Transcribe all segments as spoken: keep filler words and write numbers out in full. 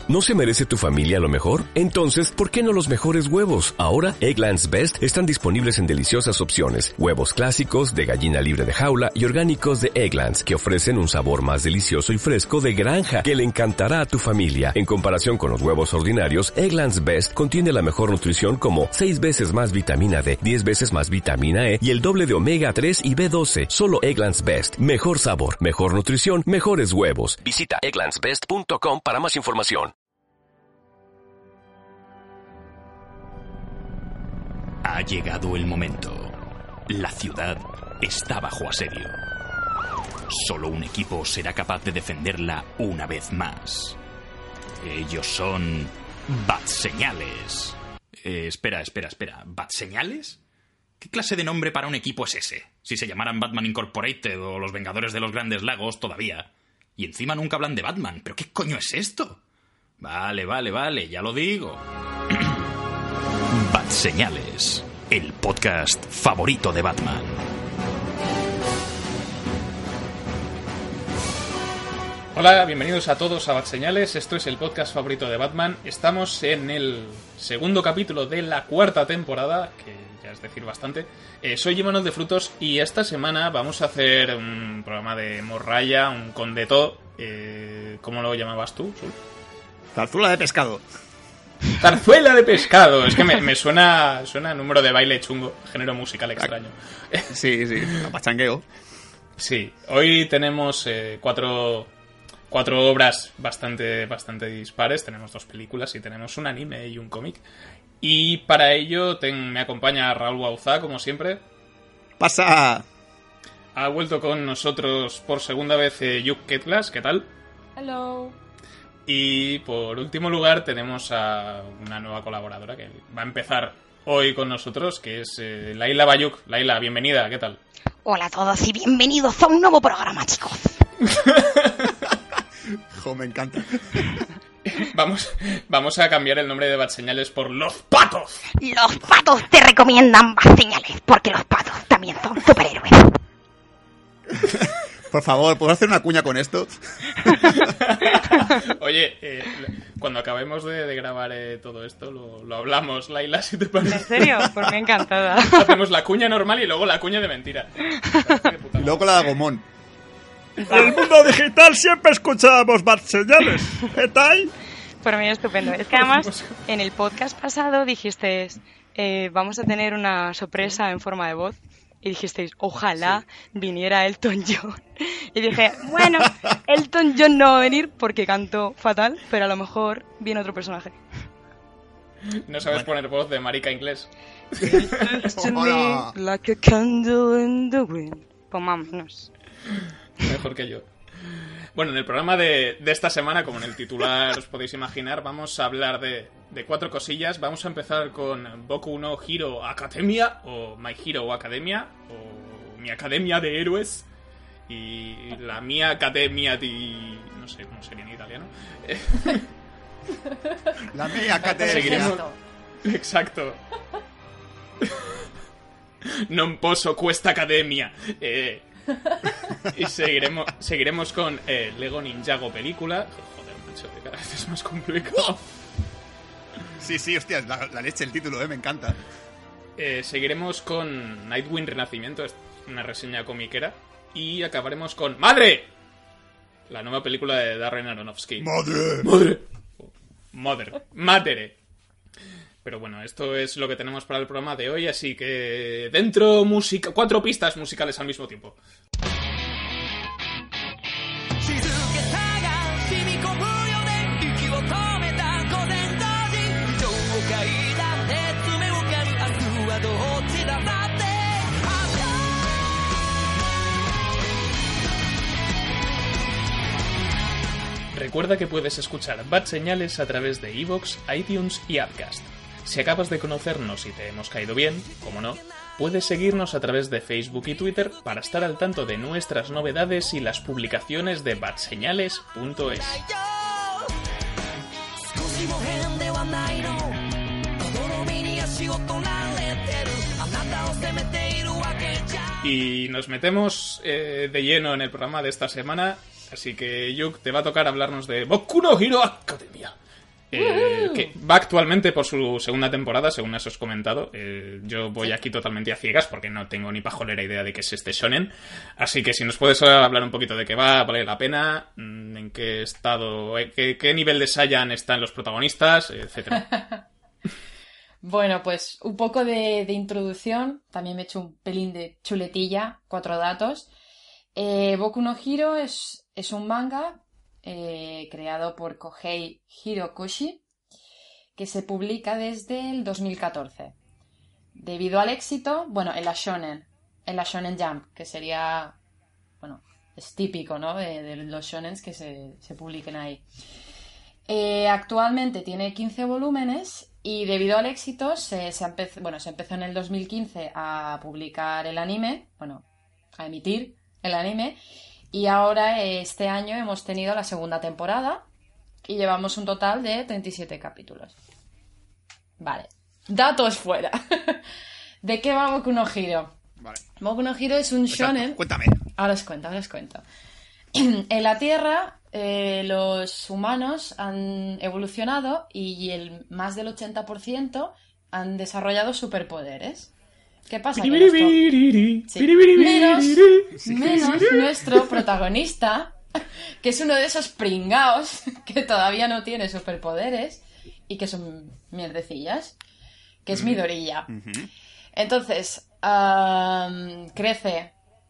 ¿No se merece tu familia lo mejor? Entonces, ¿por qué no los mejores huevos? Ahora, Eggland's Best están disponibles en deliciosas opciones. Huevos clásicos, de gallina libre de jaula y orgánicos de Eggland's, que ofrecen un sabor más delicioso y fresco de granja que le encantará a tu familia. En comparación con los huevos ordinarios, Eggland's Best contiene la mejor nutrición como seis veces más vitamina D, diez veces más vitamina E y el doble de omega tres y B doce. Solo Eggland's Best. Mejor sabor, mejor nutrición, mejores huevos. Visita egglands best punto com para más información. Ha llegado el momento. La ciudad está bajo asedio. Solo un equipo será capaz de defenderla una vez más. Ellos son Batseñales. Eh, espera, espera, espera. ¿Batseñales? ¿Qué clase de nombre para un equipo es ese? Si se llamaran Batman Incorporated o los Vengadores de los Grandes Lagos todavía. Y encima nunca hablan de Batman. ¿Pero qué coño es esto? Vale, vale, vale, ya lo digo. Batseñales, el podcast favorito de Batman. Hola, bienvenidos a todos a Batseñales. Esto es el podcast favorito de Batman. Estamos en el segundo capítulo de la cuarta temporada, que ya es decir bastante. Eh, soy Imanol de Frutos y esta semana vamos a hacer un programa de morralla, un condetó. Eh, ¿Cómo lo llamabas tú, Sul? Zarzuela de pescado. Zarzuela de pescado. Es que me, me suena suena a número de baile chungo, género musical extraño. Sí, sí, pachangueo. Sí, hoy tenemos eh, cuatro, cuatro obras bastante, bastante dispares. Tenemos dos películas y tenemos un anime y un cómic. Y para ello ten, me acompaña Raúl Bauzá, como siempre. ¡Pasa! Ha vuelto con nosotros por segunda vez eh, Yuk Ketlas, ¿qué tal? Hello. Y por último lugar tenemos a una nueva colaboradora que va a empezar hoy con nosotros, que es eh, Laila Bayuk. Laila, bienvenida, ¿qué tal? Hola a todos y bienvenidos a un nuevo programa, chicos. Jo, me encanta. Vamos, vamos a cambiar el nombre de Batseñales por Los Patos. Los patos te recomiendan Batseñales, porque los patos también son superhéroes. Por favor, ¿puedo hacer una cuña con esto? Oye, eh, cuando acabemos de, de grabar eh, todo esto, lo, lo hablamos, Laila, si te parece. ¿En serio? Pues me encantada. Hacemos la cuña normal y luego la cuña de mentira. Y luego con la de Agumon. En el mundo digital siempre escuchábamos Batseñales. ¿Qué tal? Por mí estupendo. Es que además, en el podcast pasado dijiste, eh, vamos a tener una sorpresa en forma de voz. Y dijisteis, ojalá sí. viniera Elton John. Y dije, bueno, Elton John no va a venir porque cantó fatal, pero a lo mejor viene otro personaje. No sabes poner voz de marica inglés. Hola. Like a candle in the wind. Pues vámonos. Mejor que yo. Bueno, en el programa de, de esta semana, como en el titular os podéis imaginar, vamos a hablar de, de cuatro cosillas. Vamos a empezar con Boku no Hero Academia, o My Hero Academia, o Mi Academia de Héroes, y la Mia Academia di... no sé cómo sería en italiano. La Mia Academia. Seguiremos... Exacto. Non posso questa academia. Eh... Y seguiremos seguiremos con eh, Lego Ninjago película. Joder, macho, que cada vez es más complicado. Sí, sí, hostia, la, la leche, el título, eh, me encanta. Eh, seguiremos con Nightwing Renacimiento, es una reseña comiquera. Y acabaremos con ¡Madre! La nueva película de Darren Aronofsky. ¡Madre! ¡Madre! ¡Madre! ¡Madre! Pero bueno, esto es lo que tenemos para el programa de hoy, así que dentro música, cuatro pistas musicales al mismo tiempo. Recuerda que puedes escuchar Batseñales a través de iVoox, iTunes y Appcast. Si acabas de conocernos y te hemos caído bien, como no, puedes seguirnos a través de Facebook y Twitter para estar al tanto de nuestras novedades y las publicaciones de batseñales punto es. Y nos metemos eh, de lleno en el programa de esta semana, así que Yuk, te va a tocar hablarnos de Boku no Hero Academia. Eh, que va actualmente por su segunda temporada, según has comentado. Eh, yo voy aquí totalmente a ciegas porque no tengo ni pajolera idea de qué es este shonen. Así que si nos puedes hablar un poquito de qué va, vale la pena, en qué estado, qué, qué nivel de Saiyan están los protagonistas, etcétera. Bueno, pues un poco de, de introducción. También me he hecho un pelín de chuletilla, cuatro datos. Eh, Boku no Hero es, es un manga Eh, creado por Kohei Hirokoshi, que se publica desde el dos mil catorce. Debido al éxito, bueno, en la Shonen, en la Shonen Jump, que sería, bueno, es típico, ¿no? De, de los shonens que se, se publiquen ahí. Eh, actualmente tiene quince volúmenes y debido al éxito se, se, empezó, bueno, se empezó en el dos mil quince a publicar el anime, bueno, a emitir el anime. Y ahora, este año, hemos tenido la segunda temporada y llevamos un total de treinta y siete capítulos. Vale. Datos fuera. ¿De qué va Boku no Hero? Vale. Boku no Hero es un shonen... Cuéntame. Ahora os cuento, ahora os cuento. En la Tierra, eh, los humanos han evolucionado y el más del ochenta por ciento han desarrollado superpoderes. ¿Qué pasa? Que nuestro... sí. menos, menos nuestro protagonista, que es uno de esos pringaos que todavía no tiene superpoderes y que son mierdecillas, que es Midoriya. Uh-huh. Entonces, um, crece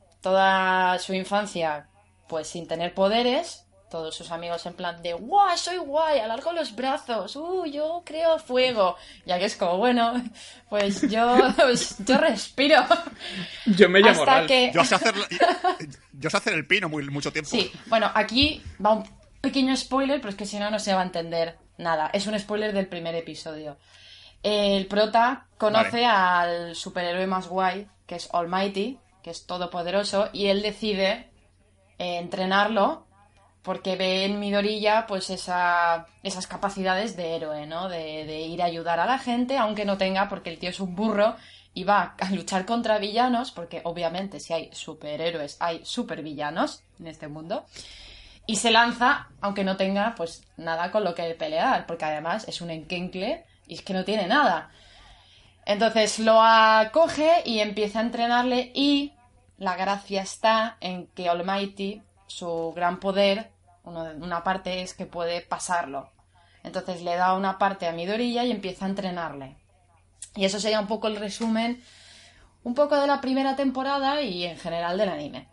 toda su infancia pues sin tener poderes. Todos sus amigos en plan de ¡guau! Soy guay, alargo los brazos, ¡uh! Yo creo fuego. Ya que es como, bueno, pues yo, pues, yo respiro. Yo me llamo Hasta Ralph. que... Yo sé hacer, yo sé hacer el pino muy, mucho tiempo. Sí, bueno, aquí va un pequeño spoiler, pero es que si no, no se va a entender nada. Es un spoiler del primer episodio. El prota conoce vale. al superhéroe más guay, que es All Mighty, que es todopoderoso, y él decide eh, entrenarlo porque ve en Midoriya pues esa, esas capacidades de héroe, ¿no? De, de ir a ayudar a la gente, aunque no tenga, porque el tío es un burro y va a luchar contra villanos, porque obviamente si hay superhéroes hay supervillanos en este mundo, y se lanza, aunque no tenga pues nada con lo que pelear, porque además es un enquencle y es que no tiene nada. Entonces lo acoge y empieza a entrenarle, y la gracia está en que All Mighty, su gran poder, uno, una parte es que puede pasarlo. Entonces le da una parte a Midoriya y empieza a entrenarle. Y eso sería un poco el resumen, un poco de la primera temporada y en general del anime.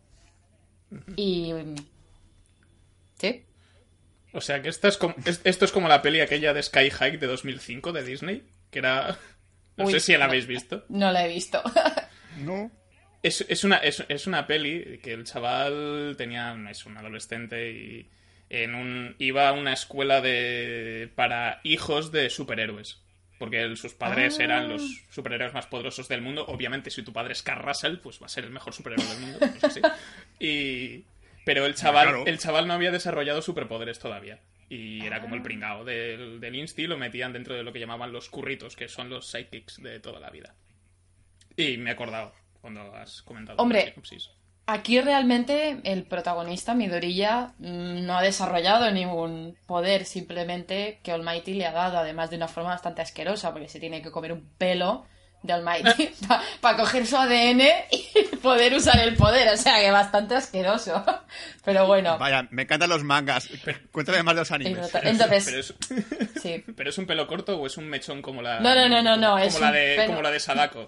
Y... ¿sí? O sea que esta es como, es, esto es como la peli aquella de Sky High de dos mil cinco de Disney, que era... No Uy, sé si la habéis visto. No la he visto. No. Es, es, una, es, es una peli que el chaval tenía... Es un adolescente y en un, iba a una escuela de para hijos de superhéroes. Porque el, sus padres ah. eran los superhéroes más poderosos del mundo. Obviamente, si tu padre es Kurt Russell, pues va a ser el mejor superhéroe del mundo. No sé si. Y... Pero el chaval, claro. el chaval no había desarrollado superpoderes todavía. Y era como el pringao del, del Insti, lo metían dentro de lo que llamaban los curritos, que son los sidekicks de toda la vida. Y me he acordado cuando has comentado. Hombre, la sinopsis. Aquí realmente el protagonista, Midoriya, no ha desarrollado ningún poder, simplemente que All Mighty le ha dado, además de una forma bastante asquerosa, porque se tiene que comer un pelo de All Mighty para pa coger su A D N y poder usar el poder, o sea que bastante asqueroso. Pero bueno. Vaya, me encantan los mangas. Cuéntame más de los animes. Entonces, pero es, sí. ¿Pero es un pelo corto o es un mechón como la No, no, no, no, no como, es la de, pelo... como la de Sadako?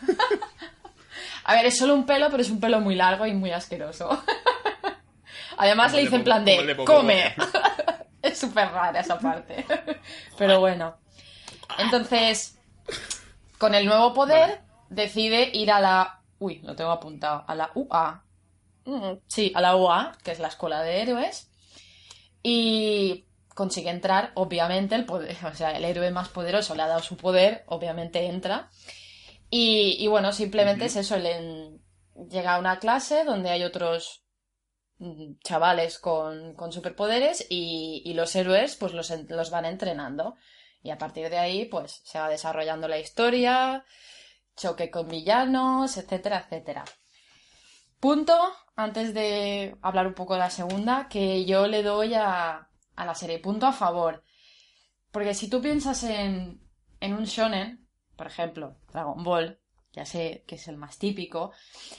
A ver, es solo un pelo, pero es un pelo muy largo y muy asqueroso. Además le dice en plan de, de ¡come! Es súper rara esa parte. Pero bueno. Entonces, con el nuevo poder, vale. decide ir a la... Uy, lo tengo apuntado. A la U A. Sí, a la U A, que es la escuela de héroes. Y consigue entrar, obviamente, el poder... O sea, el héroe más poderoso le ha dado su poder, obviamente entra... Y, y bueno, simplemente uh-huh. es eso, le, llega a una clase donde hay otros chavales con, con superpoderes y, y los héroes pues los, los van entrenando. Y a partir de ahí pues se va desarrollando la historia, choque con villanos, etcétera, etcétera. Punto, antes de hablar un poco de la segunda, que yo le doy a, a la serie punto a favor. Porque si tú piensas en, en un shonen, por ejemplo, Dragon Ball, ya sé que es el más típico,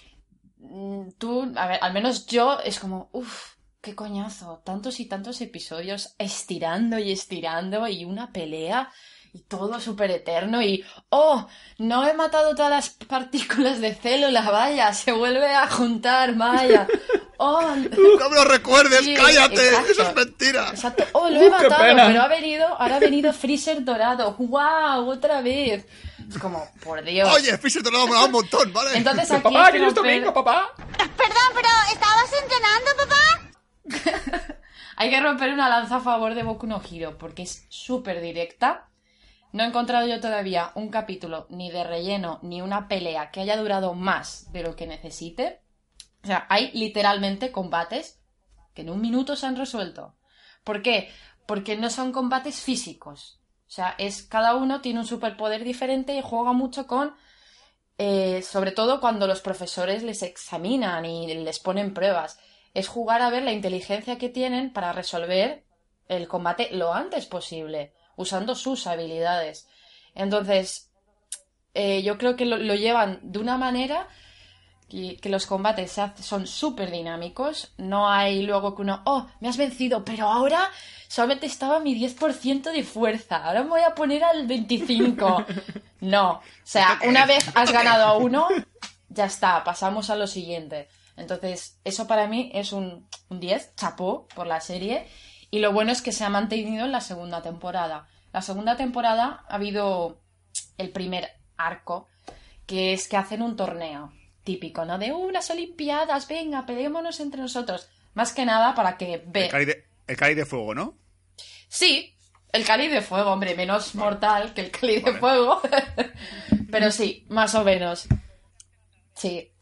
tú, a ver, al menos yo, es como, uff, qué coñazo, tantos y tantos episodios estirando y estirando y una pelea y todo súper eterno y, oh, no he matado todas las partículas de célula, vaya, se vuelve a juntar, vaya. Oh, no me lo recuerdes, sí, cállate, exacto, eso es mentira. Exacto, oh, lo he uh, matado, pero ha venido, ahora ha venido Freezer dorado, wow, otra vez. Es como, por Dios. Oye, Freezer dorado me da un montón, ¿vale? Entonces aquí papá, es que yo estoy romper... vengo, papá. Perdón, pero ¿estabas entrenando, papá? Hay que romper una lanza a favor de Boku no Hero, porque es súper directa. No he encontrado yo todavía un capítulo ni de relleno ni una pelea que haya durado más de lo que necesite. O sea, hay literalmente combates que en un minuto se han resuelto. ¿Por qué? Porque no son combates físicos. O sea, es cada uno tiene un superpoder diferente y juega mucho con... Eh, sobre todo cuando los profesores les examinan y les ponen pruebas. Es jugar a ver la inteligencia que tienen para resolver el combate lo antes posible, usando sus habilidades. Entonces, eh, yo creo que lo, lo llevan de una manera... Que, que los combates se hace, son súper dinámicos. No hay luego que uno, oh, me has vencido, pero ahora solamente estaba a mi diez por ciento de fuerza, ahora me voy a poner al veinticinco. No, o sea, una vez has ganado a uno, ya está, pasamos a lo siguiente. Entonces, eso para mí es un, un diez, chapó por la serie. Y lo bueno es que se ha mantenido en la segunda temporada. La segunda temporada ha habido el primer arco, que es que hacen un torneo. Típico, ¿no? De unas olimpiadas, venga, peleémonos entre nosotros. Más que nada para que ve... El cáliz de, el cáliz de fuego, ¿no? Sí, el cáliz de fuego, hombre, menos mortal que el cáliz vale. de fuego. Pero sí, más o menos. Sí.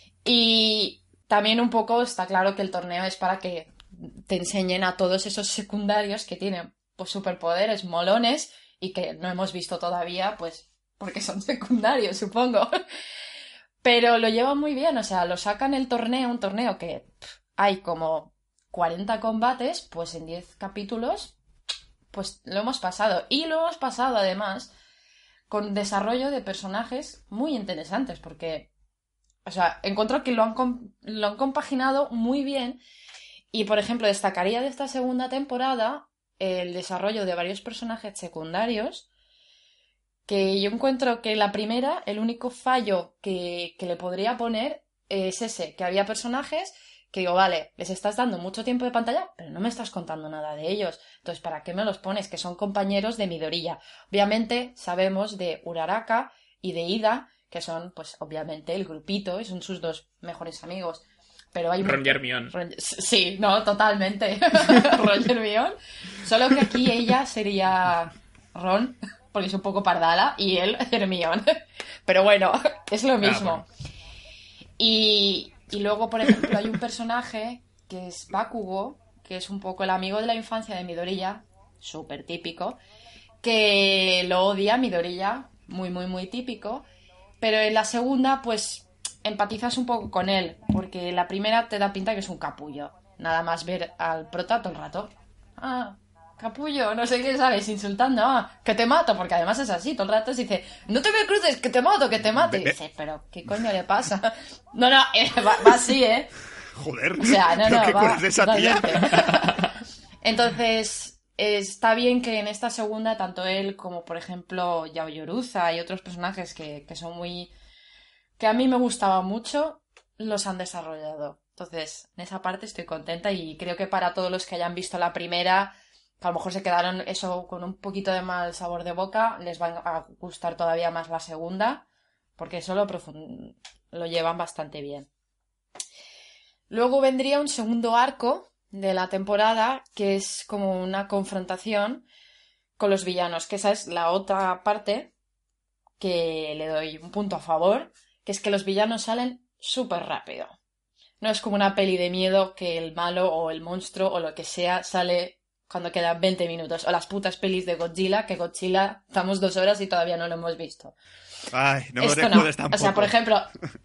Y también un poco está claro que el torneo es para que te enseñen a todos esos secundarios que tienen pues superpoderes molones y que no hemos visto todavía, pues porque son secundarios, supongo. Pero lo llevan muy bien, o sea, lo sacan el torneo, un torneo que pff, hay como cuarenta combates, pues en diez capítulos, pues lo hemos pasado. Y lo hemos pasado, además, con desarrollo de personajes muy interesantes, porque, o sea, encuentro que lo han, lo han compaginado muy bien. Y, por ejemplo, destacaría de esta segunda temporada el desarrollo de varios personajes secundarios, que yo encuentro que la primera, el único fallo que, que le podría poner es ese, que había personajes que digo, vale, les estás dando mucho tiempo de pantalla, pero no me estás contando nada de ellos. Entonces, ¿para qué me los pones? Que son compañeros de Midoriya. Obviamente, sabemos de Uraraka y de Ida, que son, pues, obviamente, el grupito, y son sus dos mejores amigos. Pero hay Ron y Hermione. Sí, no, totalmente. Ron y Hermione. Solo que aquí ella sería Ron... porque es un poco pardala, y él, Hermione. Pero bueno, es lo mismo. Ah, bueno. Y, y luego, por ejemplo, hay un personaje que es Bakugo, que es un poco el amigo de la infancia de Midoriya, súper típico, que lo odia Midoriya, muy, muy, muy típico. Pero en la segunda, pues, empatizas un poco con él, porque la primera te da pinta que es un capullo. Nada más ver al prota todo el rato. Ah... capullo, no sé qué, ¿sabes? Insultando, ah, que te mato, porque además es así, todo el rato se dice, no te me cruces, que te mato, que te mato. Y dice, pero, ¿qué coño le pasa? No, no, eh, va, va así, ¿eh? Joder, o sea, no, no, ¿qué va, de esa tía? Entonces, está bien que en esta segunda, tanto él como, por ejemplo, Yaoyoruza y otros personajes que, que son muy... que a mí me gustaban mucho, los han desarrollado. Entonces, en esa parte estoy contenta y creo que para todos los que hayan visto la primera... que a lo mejor se quedaron eso con un poquito de mal sabor de boca, les va a gustar todavía más la segunda, porque eso lo, profund... lo llevan bastante bien. Luego vendría un segundo arco de la temporada, que es como una confrontación con los villanos, que esa es la otra parte que le doy un punto a favor, que es que los villanos salen súper rápido. No es como una peli de miedo que el malo o el monstruo o lo que sea sale... cuando quedan veinte minutos. O las putas pelis de Godzilla, que Godzilla estamos dos horas y todavía no lo hemos visto. Ay, no Esto me recuerdes tampoco. O sea, por ejemplo...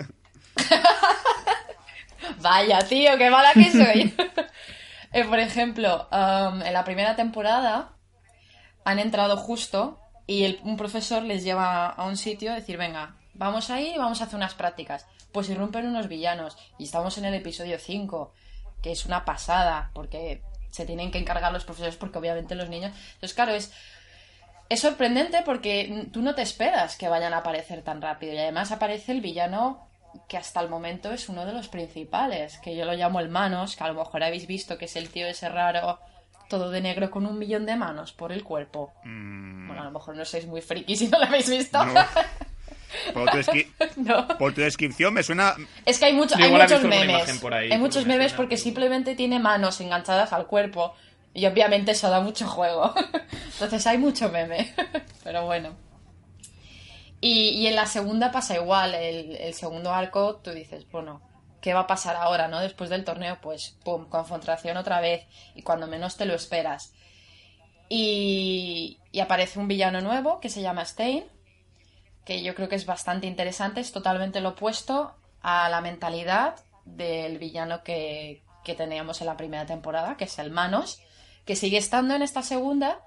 Vaya, tío, qué mala que soy. eh, por ejemplo, um, en la primera temporada han entrado justo y el, un profesor les lleva a un sitio a decir, venga, vamos ahí y vamos a hacer unas prácticas. Pues irrumpen unos villanos y estamos en el episodio cinco, que es una pasada, porque se tienen que encargar los profesores porque obviamente los niños... Entonces, claro, es, es sorprendente porque tú no te esperas que vayan a aparecer tan rápido y además aparece el villano que hasta el momento es uno de los principales, que yo lo llamo el Manos, que a lo mejor habéis visto que es el tío ese raro, todo de negro con un millón de manos por el cuerpo. Mm. Bueno, a lo mejor no sois muy frikis si no lo habéis visto. No. Por, tu descri- no. Por tu descripción me suena... Es que hay, mucho, hay muchos memes. Ahí, hay muchos memes porque simplemente tiene manos enganchadas al cuerpo y obviamente eso da mucho juego. Entonces hay mucho meme. Pero bueno. Y, y en la segunda pasa igual. El, el segundo arco, tú dices, bueno, ¿qué va a pasar ahora, no? Después del torneo, pues, pum, confrontación otra vez. Y cuando menos te lo esperas. Y, y aparece un villano nuevo que se llama Stein, que yo creo que es bastante interesante, es totalmente lo opuesto a la mentalidad del villano que, que teníamos en la primera temporada, que es el Manos, que sigue estando en esta segunda,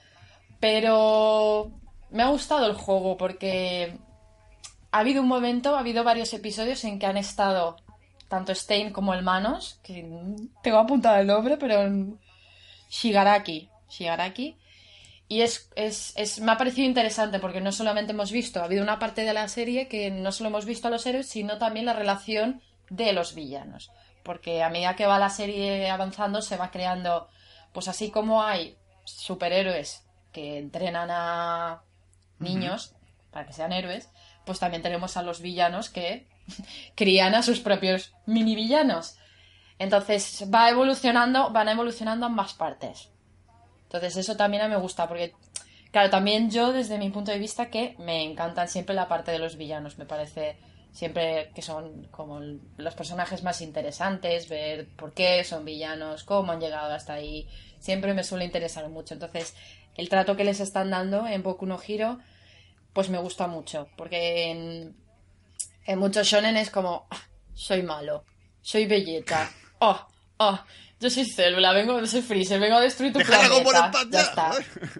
pero me ha gustado el juego porque ha habido un momento, ha habido varios episodios en que han estado tanto Stein como el Manos, que tengo apuntado el nombre, pero Shigaraki, Shigaraki, y es, es, es, me ha parecido interesante porque no solamente hemos visto, ha habido una parte de la serie que no solo hemos visto a los héroes, sino también la relación de los villanos. Porque a medida que va la serie avanzando se va creando, pues así como hay superhéroes que entrenan a niños uh-huh. para que sean héroes, pues también tenemos a los villanos que crían a sus propios mini villanos. Entonces va evolucionando, van evolucionando ambas partes. Entonces eso también a mí me gusta, porque, claro, también yo, desde mi punto de vista, que me encantan siempre la parte de los villanos. Me parece siempre que son como los personajes más interesantes, ver por qué son villanos, cómo han llegado hasta ahí. Siempre me suele interesar mucho. Entonces, el trato que les están dando en Boku no Hero, pues me gusta mucho. Porque en, en muchos shonen es como, ah, soy malo, soy Vegeta, oh, oh... Yo soy Célula, vengo, yo soy Freezer, vengo a destruir tu Déjala planeta. Como ya está.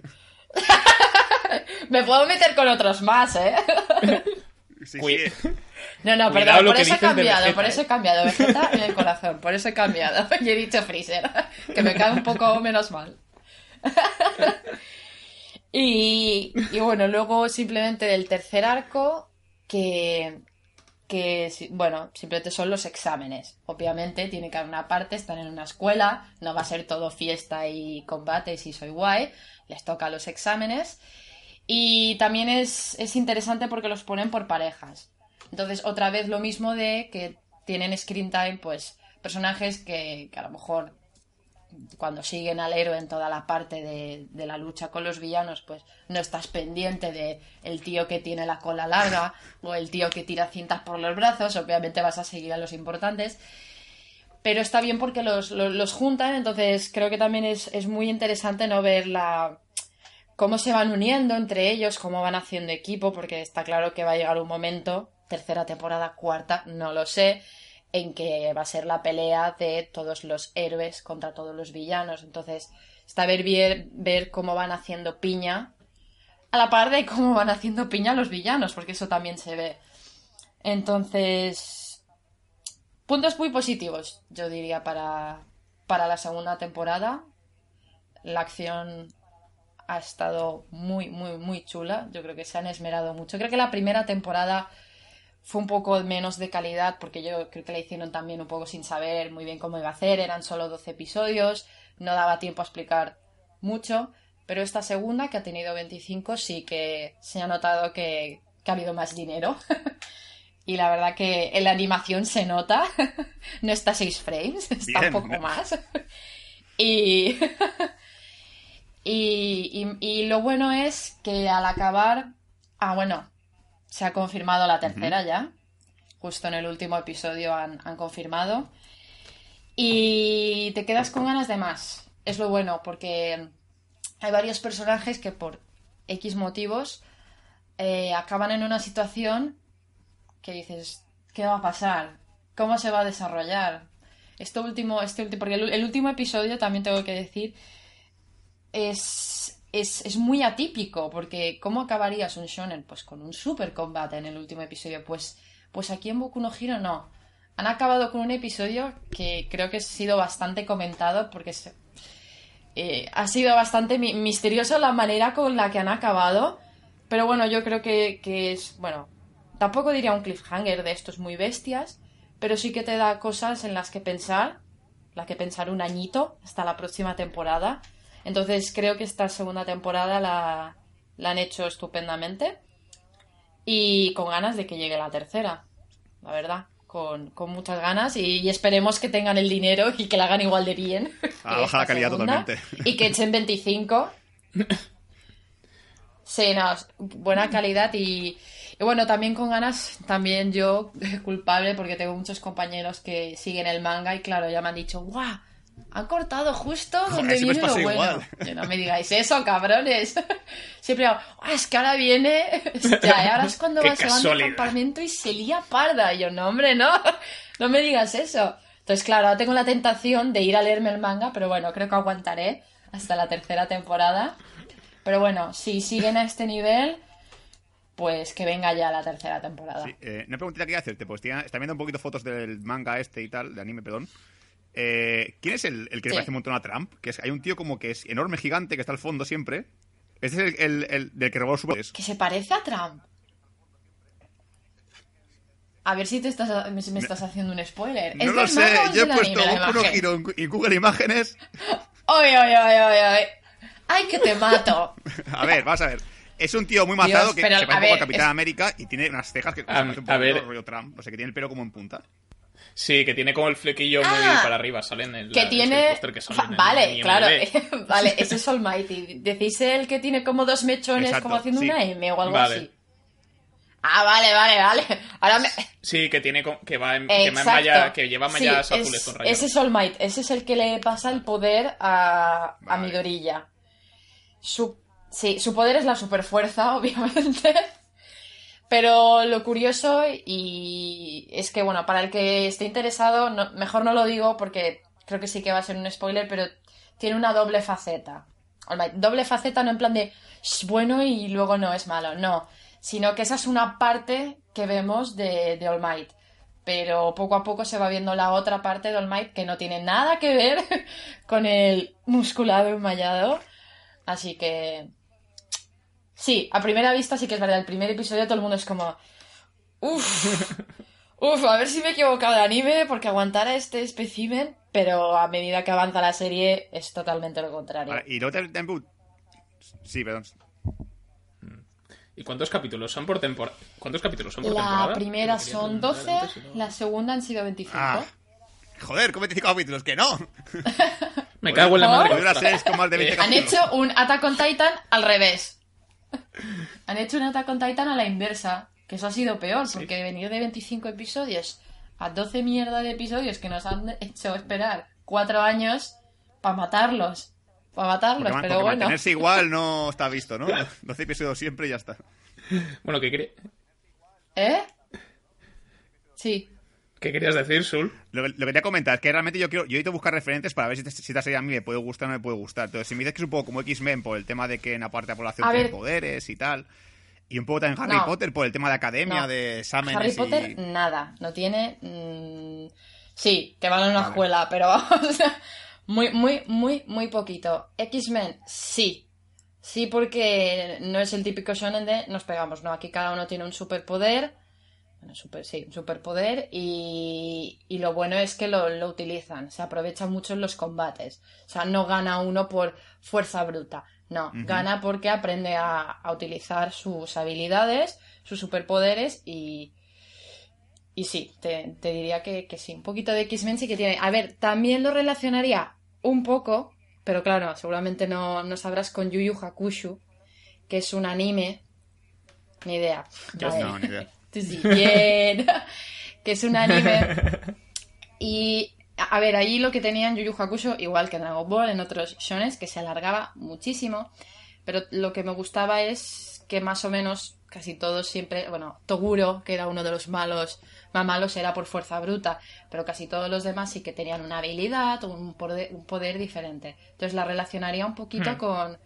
Me puedo meter con otros más, ¿eh? Sí, sí. No, no, perdón, por eso he cambiado, Vegeta, por eso he cambiado. Vegeta en el corazón, por eso he cambiado. Y he dicho Freezer, que me cae un poco menos mal. y, y bueno, luego simplemente del tercer arco, que... que, bueno, simplemente son los exámenes. Obviamente tiene que haber una parte, están en una escuela, no va a ser todo fiesta y combates y soy guay, les toca los exámenes. Y también es, es interesante porque los ponen por parejas. Entonces, otra vez lo mismo de que tienen screen time, pues, personajes que, que a lo mejor cuando siguen al héroe en toda la parte de, de la lucha con los villanos, pues no estás pendiente de el tío que tiene la cola larga o el tío que tira cintas por los brazos. Obviamente vas a seguir a los importantes, pero está bien porque los, los, los juntan. Entonces creo que también es, es muy interesante no ver la cómo se van uniendo entre ellos, cómo van haciendo equipo, porque está claro que va a llegar un momento, tercera temporada, cuarta, no lo sé, en que va a ser la pelea de todos los héroes contra todos los villanos. Entonces está ver, ver, ver cómo van haciendo piña a la par de cómo van haciendo piña los villanos, porque eso también se ve. Entonces, puntos muy positivos, yo diría, para, para la segunda temporada. La acción ha estado muy, muy, muy chula. Yo creo que se han esmerado mucho. Creo que la primera temporada fue un poco menos de calidad, porque yo creo que la hicieron también un poco sin saber muy bien cómo iba a hacer. Eran solo doce episodios, no daba tiempo a explicar mucho. Pero esta segunda, que ha tenido veinticinco, sí que se ha notado que, que ha habido más dinero. Y la verdad que en la animación se nota. No está a seis frames, está bien, un poco más. Y... y, y, y lo bueno es que al acabar... Ah, bueno... Se ha confirmado la tercera uh-huh. ya. Justo en el último episodio han, han confirmado. Y te quedas con ganas de más. Es lo bueno, porque hay varios personajes que por X motivos eh, acaban en una situación que dices, ¿qué va a pasar? ¿Cómo se va a desarrollar? Esto último, este último, porque el, el último episodio, también tengo que decir, es... es, es muy atípico, porque ¿cómo acabarías un shonen? Pues con un super combate en el último episodio. Pues, pues aquí en Boku no Hero no. Han acabado con un episodio que creo que ha sido bastante comentado, porque se, eh, ha sido bastante mi- misteriosa la manera con la que han acabado. Pero bueno, yo creo que, que es, bueno, tampoco diría un cliffhanger de estos muy bestias, pero sí que te da cosas en las que pensar, la que pensar un añito hasta la próxima temporada. Entonces creo que esta segunda temporada la, la han hecho estupendamente y con ganas de que llegue la tercera, la verdad, con, con muchas ganas y, y esperemos que tengan el dinero y que la hagan igual de bien. Ah, baja la calidad segunda, totalmente. y que echen veinticinco. Sí, no, buena calidad y, y bueno, también con ganas, también yo culpable porque tengo muchos compañeros que siguen el manga y claro, ya me han dicho, ¡guau! Han cortado justo donde Joder, viene eso lo me pasa bueno. igual. Que no me digáis eso, cabrones. Siempre digo, ¡ah, es que ahora viene! Ya, y ahora es cuando Qué va- se van de casualidad. campamento y se lía parda. Y yo, no, hombre, no. No me digas eso. Entonces, claro, ahora tengo la tentación de ir a leerme el manga, pero bueno, creo que aguantaré hasta la tercera temporada. Pero bueno, si siguen a este nivel, pues que venga ya la tercera temporada. Sí, eh, una preguntita que quería hacerte, pues tía, está viendo un poquito fotos del manga este y tal, de anime, perdón. Eh, ¿Quién es el, el que Sí. parece un montón a Trump? Que es, hay un tío como que es enorme, gigante, que está al fondo siempre. Este es el, el, el del que robó los superpoderes. Que se parece a Trump. A ver si te estás, me, me estás haciendo un spoiler. No ¿Es lo del sé, manga o es yo he del puesto anime, la Boku no imagen? Hero en, en Google Imágenes. ¡Ay, ay, ay, ay, ay! ¡Ay, que te mato! A ver, vamos a ver. Es un tío muy Dios, mazado que pero, se a parece un poco ver, al Capitán es- América y tiene unas cejas que se A- parece un a poco ver. rollo Trump. O sea, que tiene el pelo como en punta. Sí, que tiene como el flequillo muy Ah, para arriba, sale en el, Que es el tiene... póster que sale en el Vale, I M D B. claro. Vale, ese es Almighty. ¿Decís el que tiene como dos mechones Exacto, como haciendo sí. una M o algo Vale. así? Ah, vale, vale, vale. Ahora me... Sí, que tiene co- que va en, que, va en Exacto. malla- que lleva Sí, mallas es- azules con rayas. ese es All Might, ese es el que le pasa el poder a, a Vale. Midoriya. Su, sí, su poder es la superfuerza, obviamente. Pero lo curioso y es que, bueno, para el que esté interesado, no- mejor no lo digo porque creo que sí que va a ser un spoiler, pero tiene una doble faceta. All Might. Doble faceta no en plan de es bueno y luego no es malo, no. Sino que esa es una parte que vemos de, de All Might. Pero poco a poco se va viendo la otra parte de All Might que no tiene nada que ver con el musculado enmallado. Así que... Sí, a primera vista sí que es verdad. El primer episodio todo el mundo es como... Uff, uff, a ver si me he equivocado de anime porque aguantar a este espécimen. Pero a medida que avanza la serie es totalmente lo contrario. Vale, y luego te- te- Sí, perdón. ¿Y cuántos capítulos son por temporada? ¿Cuántos capítulos son por temporada? La primera Lo quería son preguntar doce, antes y no- la segunda han sido veinticinco. Ah, joder, con veinticinco capítulos, que no. Me cago en la ¿Por? madre. Porque dura vuestra. seis con más de veinte Eh, Han capítulos. hecho un Attack on Titan al revés. Han hecho un Attack on Titan a la inversa. Que eso ha sido peor, porque venir de veinticinco episodios a doce mierda de episodios que nos han hecho esperar cuatro años para matarlos. Para matarlos, Porque, man- pero porque bueno. mantenerse igual no está visto, ¿no? doce episodios siempre y ya está. Bueno, ¿qué, quería- ¿Eh? Sí. ¿qué querías decir, Sul? Lo, que- lo que quería comentar es que realmente yo quiero yo he ido a buscar referentes para ver si, te- si esta serie a mí me puede gustar o no me puede gustar. Entonces, si me dices que es un poco como X-Men por el tema de que en la parte de la población A tiene ver. poderes y tal, y un poco también Harry No. Potter por el tema de academia, No. de exámenes Harry y... Potter, nada. No tiene... mm, sí, que van a una Vale. escuela, pero vamos... muy, muy, muy, muy poquito. X-Men, sí. Sí, porque no es el típico shonen de nos pegamos, no. Aquí cada uno tiene un superpoder. Bueno, super, sí, un superpoder. Y, y lo bueno es que lo, lo utilizan. Se aprovecha mucho en los combates. O sea, no gana uno por fuerza bruta. No, Ujú. gana porque aprende a, a utilizar sus habilidades, sus superpoderes y... Y sí, te, te diría que, que sí. Un poquito de X-Men sí que tiene. A ver, también lo relacionaría un poco, pero claro, seguramente no, no sabrás con Yu Yu Hakusho, que es un anime. Ni idea. Vale. No, ni idea. Tú sí, bien. Que es un anime. Y, a ver, ahí lo que tenían Yu Yu Hakusho, igual que en Dragon Ball, en otros shones, que se alargaba muchísimo. Pero lo que me gustaba es que más o menos casi todos siempre... Bueno, Toguro, que era uno de los malos, más malos, era por fuerza bruta. Pero casi todos los demás sí que tenían una habilidad o un poder, un poder diferente. Entonces la relacionaría un poquito Hmm. con,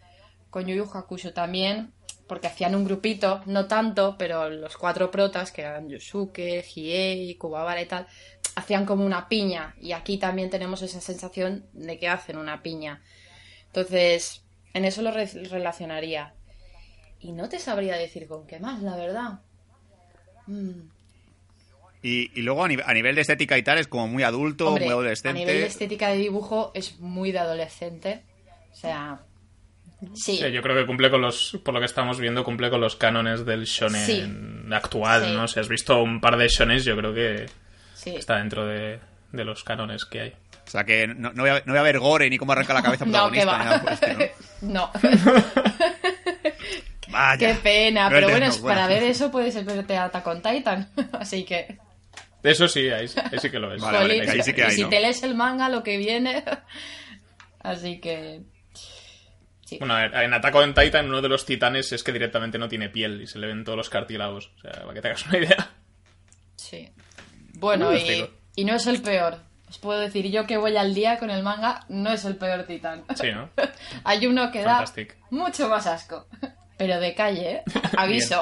con Yu Yu Hakusho también, porque hacían un grupito, no tanto, pero los cuatro protas, que eran Yosuke, Hiei, Kuwabara y tal, hacían como una piña, y aquí también tenemos esa sensación de que hacen una piña. Entonces, en eso lo re- relacionaría. Y no te sabría decir con qué más, la verdad. Mm. Y, y luego a, nive- a nivel de estética y tal es como muy adulto, Hombre, muy adolescente. a nivel de estética de dibujo es muy de adolescente. O sea, sí. Sí, yo creo que cumple con los, por lo que estamos viendo, cumple con los cánones del shonen Sí. actual, Sí. ¿no? Si has visto un par de shonens, yo creo que Sí. está dentro de, de los cánones que hay. O sea que no, no, voy a, no voy a ver gore ni cómo arranca la cabeza al No, que protagonista. va. ni nada por el estilo, No. ¿no? Vaya. Qué pena, No pero es de- bueno, no, es- bueno. para ver eso puedes verte Attack on Titan. Así que... Eso sí, ahí, ahí sí que lo es. Vale, vale, jolín, ahí sí que hay, y si ¿no? te lees el manga, lo que viene... Así que... Sí. Bueno, a ver, en Attack on Titan uno de los titanes es que directamente no tiene piel y se le ven todos los cartílagos. O sea, para que te hagas una idea. Sí. Bueno, Muy y, estilo. y no es el peor. Os puedo decir, yo que voy al día con el manga, no es el peor titán. Sí, ¿no? Hay uno que da Fantastic. mucho más asco. Pero de calle, ¿eh? Aviso.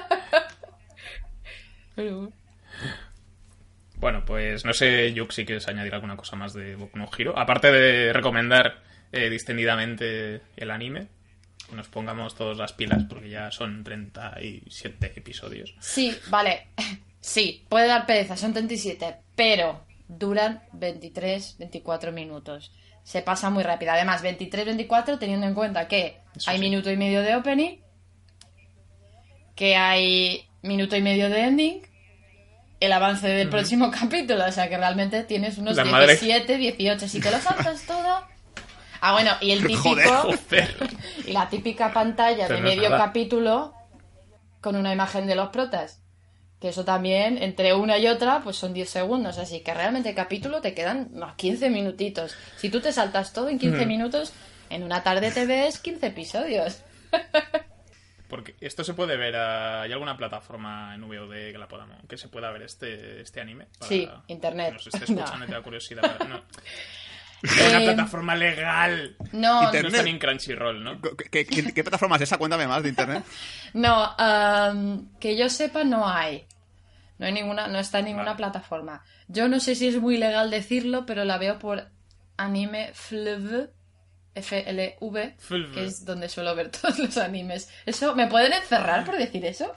Pero... Bueno, pues no sé, Yuk, si quieres añadir alguna cosa más de Boku no Hero. Aparte de recomendar eh, distendidamente el anime, que nos pongamos todas las pilas, porque ya son treinta y siete episodios. Sí, vale. Sí, puede dar pereza, son treinta y siete, pero duran veintitrés, veinticuatro minutos. Se pasa muy rápido. Además, veintitrés, veinticuatro, teniendo en cuenta que Eso hay sí. minuto y medio de opening, que hay minuto y medio de ending, el avance del próximo capítulo. O sea que realmente tienes unos La madre- diecisiete, dieciocho. Si te lo saltas todo... Ah, bueno, y el típico... Joder, Joder. Y la típica pantalla Pero de no es medio nada. capítulo con una imagen de los protas. Que eso también, entre una y otra, pues son diez segundos. Así que realmente el capítulo te quedan unos quince minutitos. Si tú te saltas todo en quince Hmm. minutos, en una tarde te ves quince episodios. Porque esto se puede ver, a- ¿hay alguna plataforma en V O D que la podamos, que se pueda ver este, este anime? Para Sí, internet. que nos esté escuchando No. y te da curiosidad. Para, no. Una Eh, plataforma legal. No, No Internet. está ni en Crunchyroll, ¿no? ¿Qué, qué, qué plataforma es esa? Cuéntame más de internet. no, am, que yo sepa no hay. No hay ninguna, no está en ninguna Vale. plataforma. Yo no sé si es muy legal decirlo, pero la veo por Anime Flv, F L V, Flv. que es donde suelo ver todos los animes. Eso, ¿me pueden encerrar por decir eso?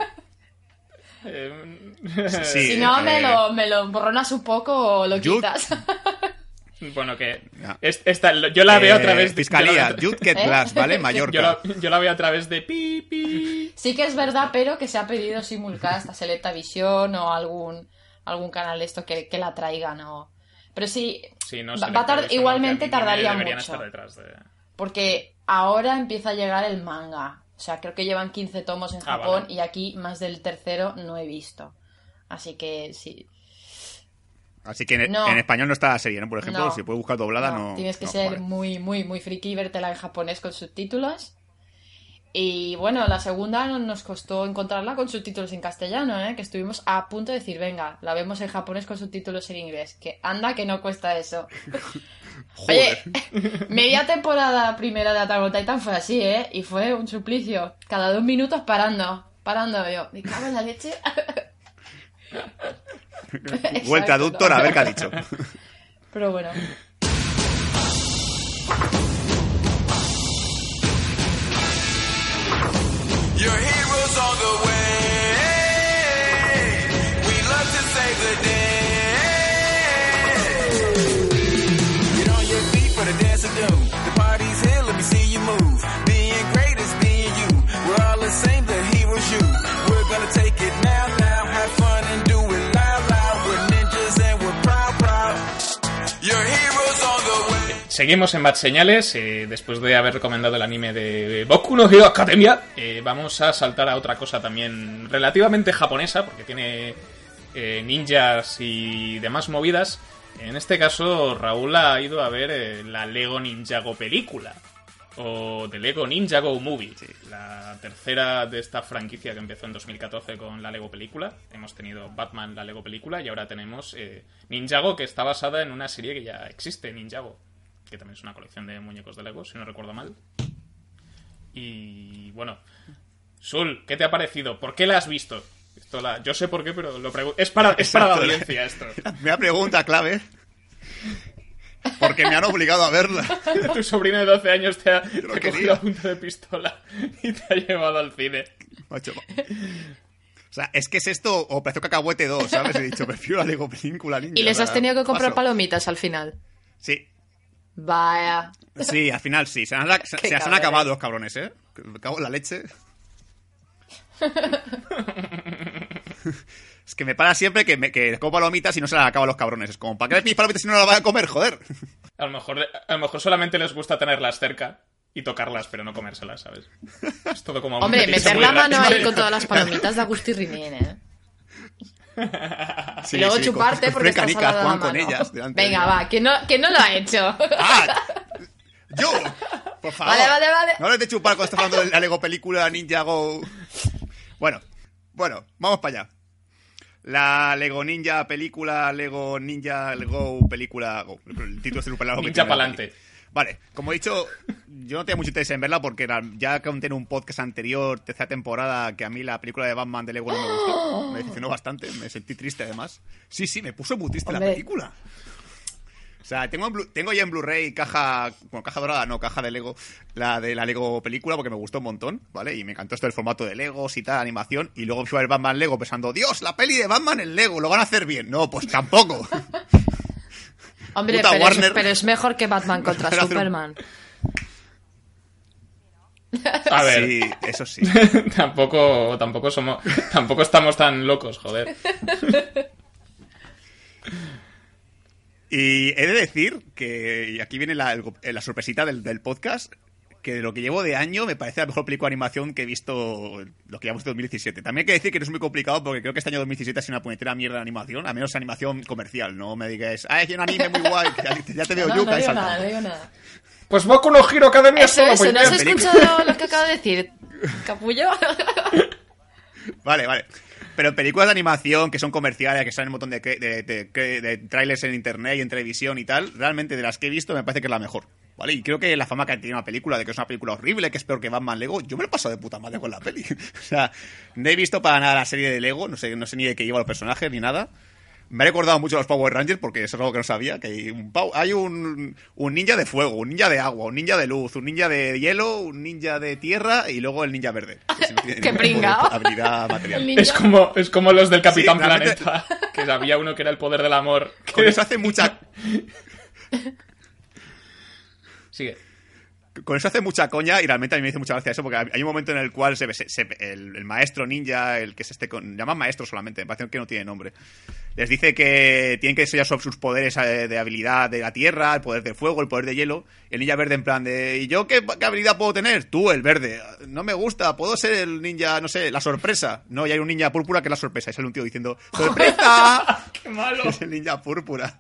Eh, Sí. Si no, me eh, lo, me lo borronas un poco o lo Yo- quitas. Bueno, que Ya. es- esta, yo la veo a Eh, través de... Fiscalía, yo la- Jutket ¿Eh? Glass, ¿vale? Yo Mallorca. la, yo la veo a través de pi, pi. Sí que es verdad, pero que se ha pedido simulcast a Selecta Visión o algún, algún canal de esto que, que la traigan. O... Pero sí, Sí, no va, sé, va a tar- pero eso, igualmente que a mí me tardaría deberían mucho. estar detrás de... Porque ahora empieza a llegar el manga. O sea, creo que llevan quince tomos en Ah, Japón vale. y aquí más del tercero no he visto. Así que sí. Así que en, No. en español no está la serie, ¿no? Por ejemplo, No. si puedes buscar doblada, no. Tienes que no, ser vale. muy, muy, muy friki y vértela en japonés con subtítulos. Y bueno, la segunda no- nos costó encontrarla con subtítulos en castellano, ¿eh? Que estuvimos a punto de decir, venga, la vemos en japonés con subtítulos en inglés. Que anda que no cuesta eso. Oye, media temporada primera de Attack on Titan fue así, ¿eh? Y fue un suplicio. Cada dos minutos parando. Parando yo. Me cago en la leche. Google Exacto. Traductor, a ver qué ha dicho. Pero bueno. Your heroes on the way. We love to save the day. Get on your feet for the dance of doom. The party's here, let me see you move. Being great is being you. We're all the same, the heroes you. We're gonna take it now, now. Have fun and do it loud, loud. We're ninjas and we're proud, proud. Your heroes on the way. Seguimos en Bad Señales, eh, después de haber recomendado el anime de Boku no Hero Academia, eh, vamos a saltar a otra cosa también relativamente japonesa, porque tiene eh, ninjas y demás movidas. En este caso, Raúl ha ido a ver eh, la Lego Ninjago película, o The Lego Ninjago Movie, la tercera de esta franquicia que empezó en dos mil catorce con la Lego película. Hemos tenido Batman, la Lego película, y ahora tenemos eh, Ninjago, que está basada en una serie que ya existe, Ninjago, que también es una colección de muñecos de Lego, si no recuerdo mal. Y bueno, Sul, ¿qué te ha parecido? ¿Por qué la has visto? Esto la... Yo sé por qué, pero lo pregunto. Es para, es para la audiencia esto. La primera pregunta clave. Porque me han obligado a verla. Tu sobrino de doce años te ha, te Yo ha no cogido quería. a punta de pistola y te ha llevado al cine. Macho. O sea, es que es esto o Precio Cacahuete dos, ¿sabes? He dicho, prefiero la Lego película ninja. ¿Y les o has sea, tenido que comprar paso. palomitas al final? Sí. Vaya. Sí, al final sí. Se, han, se, Qué se las han cabrones. acabado los cabrones, ¿eh? Me cago en la leche. Es que me para siempre que, me, que como palomitas y no se las acaban los cabrones. Es como, ¿para qué les pides palomitas si no las van a comer? Joder. A lo mejor, a lo mejor solamente les gusta tenerlas cerca y tocarlas, pero no comérselas, ¿sabes? Es todo como... Hombre, es meter muy la raro. mano ahí con todas las palomitas da gustirrinín, ¿eh? Sí, y luego sí, chuparte con- porque con estás canicas, al lado de la juegan con mano. ellas delante de Venga, ella. va, que no, que no lo ha hecho. ¡Ah! ¡Yo! Por favor. Vale, vale, vale. No hables de chupar cuando estás hablando de la Lego película Ninja Go. Bueno, bueno, vamos para allá. La Lego Ninja película, Lego Ninja Go película Go. El título es súper largo. que Ninja tiene la pa'lante. peli. Vale, como he dicho, yo no tenía mucho interés en verla porque era- ya conté en un podcast anterior, tercera temporada, que a mí la película de Batman de Lego no me gustó. Me decepcionó bastante, me sentí triste además. Sí, sí, me puso muy triste Hombre. la película. O sea, tengo, en Blu- tengo ya en Blu-ray caja, bueno, caja dorada, no, caja de Lego, la de la Lego película, porque me gustó un montón, ¿vale? Y me encantó esto del formato de Legos y tal, animación. Y luego fui a ver Batman Lego pensando, Dios, la peli de Batman en Lego, lo van a hacer bien. No, pues tampoco. Hombre, Puta pero es, Warner. pero es mejor que Batman contra Hacer un- Superman. A ver, Sí, eso sí. tampoco, tampoco somos, tampoco estamos tan locos, joder. Y he de decir que, y aquí viene la, el- la sorpresita del, del podcast, que de lo que llevo de año me parece la mejor película de animación que he visto, lo que llevamos de dos mil diecisiete. También hay que decir que no es muy complicado porque creo que este año dos mil diecisiete ha sido una puñetera mierda de animación, a menos animación comercial, no me digáis, ah, hay un anime muy guay, que ya, ya te veo No, yuca no y digo saltando. nada, no digo nada. Pues Boku no Hero Academia Eso, solo eso, voy ¿no a has ver. escuchado lo que acabo de decir, capullo? Vale, vale. Pero películas de animación que son comerciales, que salen un montón de, de, de, de- de trailers en internet y en televisión y tal, realmente de las que he visto me parece que es la mejor. ¿Vale? Y creo que la fama que tiene una película, de que es una película horrible, que es peor que Batman Lego, yo me lo he pasado de puta madre con la peli. O sea, no he visto para nada la serie de Lego, no sé, no sé ni de qué lleva los personajes ni nada. Me ha recordado mucho a los Power Rangers porque eso es algo que no sabía, que hay un, pau- hay un, un ninja de fuego, un ninja de agua, un ninja de luz, un ninja de hielo, un ninja de tierra y luego el ninja verde. Que si no tiene ¡Qué ningún tipo de pringao! habilidad material. El ninja. Es como, es como los del Capitán Sí, realmente- Planeta, que había uno que era el poder del amor. Con eso hace mucha... Sigue. Con eso hace mucha coña y realmente a mí me dice mucha gracia eso porque hay un momento en el cual se, ve- se- se- el, el maestro ninja, el que es este, con, llaman maestro solamente, me parece que no tiene nombre, les dice que tienen que enseñar sobre sus poderes eh, de habilidad de la tierra, el poder de fuego, el poder de hielo, y el ninja verde en plan de, ¿y yo qué, qué habilidad puedo tener? Tú, el verde, no me gusta, puedo ser el ninja, no sé, la sorpresa. No, y hay un ninja púrpura que es la sorpresa, y sale un tío diciendo, ¡sorpresa! ¡Qué malo! Es el ninja púrpura.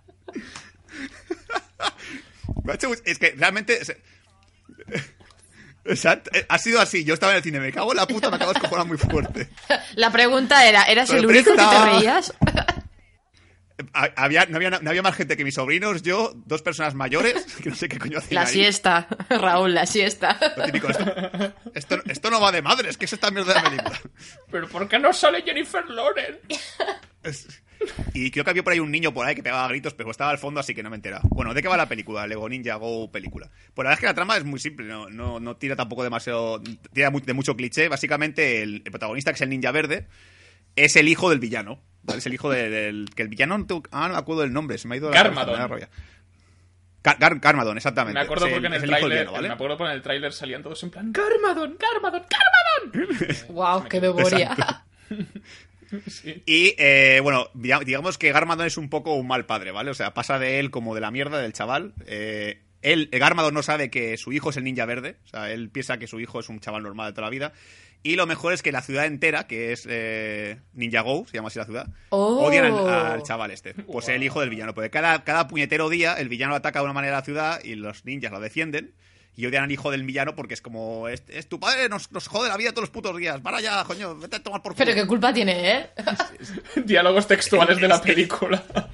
Me ha hecho mucho- es que realmente... es- Exacto, eh, ha sido así. Yo estaba en el cine, me cago en la puta, me acabo de escojonar muy fuerte. La pregunta era, ¿eras el único que te ¡Sorpresa! reías? Ha- Había, no, había, no había más gente que mis sobrinos, yo, dos personas mayores, que no sé qué coño hacen La ahí. siesta, Raúl, la siesta. Lo típico, esto, esto, esto no va de madres, que es esta mierda de película. ¿Pero por qué no sale Jennifer Lawrence? Es- Y creo que había por ahí un niño por ahí que pegaba gritos, pero estaba al fondo, así que no me he enterado. Bueno, ¿de qué va la película? Lego Ninja Go película. Pues la verdad es que la trama es muy simple, no, no, no tira tampoco demasiado... Tira mu- de mucho cliché. Básicamente, el, el protagonista, que es el ninja verde, es el hijo del villano. ¿Vale? Es el hijo de- del... Que el villano... no tengo- Ah, no me acuerdo del nombre, se me ha ido la cabeza, Garmadon. me da rabia. Gar- Gar- Garmadon, exactamente. Me acuerdo Es el- porque en es el el hijo del tráiler, villano, ¿vale? me acuerdo porque en el tráiler salían todos en plan Garmadon, Garmadon, Garmadon. Wow, qué memoria. Sí. Y, eh, bueno, diga- digamos que Garmadon es un poco un mal padre, ¿vale? O sea, pasa de él como de la mierda del chaval. Eh, él, eh, Garmadon no sabe que su hijo es el ninja verde. O sea, él piensa que su hijo es un chaval normal de toda la vida. Y lo mejor es que la ciudad entera, que es eh, Ninja Go, se llama así la ciudad, Oh. odian al, al chaval este. Pues el hijo del villano. Porque cada, cada puñetero día el villano ataca de una manera a la ciudad y los ninjas lo defienden. Y odian al hijo del villano porque es como, es, es tu padre, nos, nos jode la vida todos los putos días. Para allá, coño, vete a tomar por culo. Pero qué culpa tiene, ¿eh? Diálogos textuales de la película.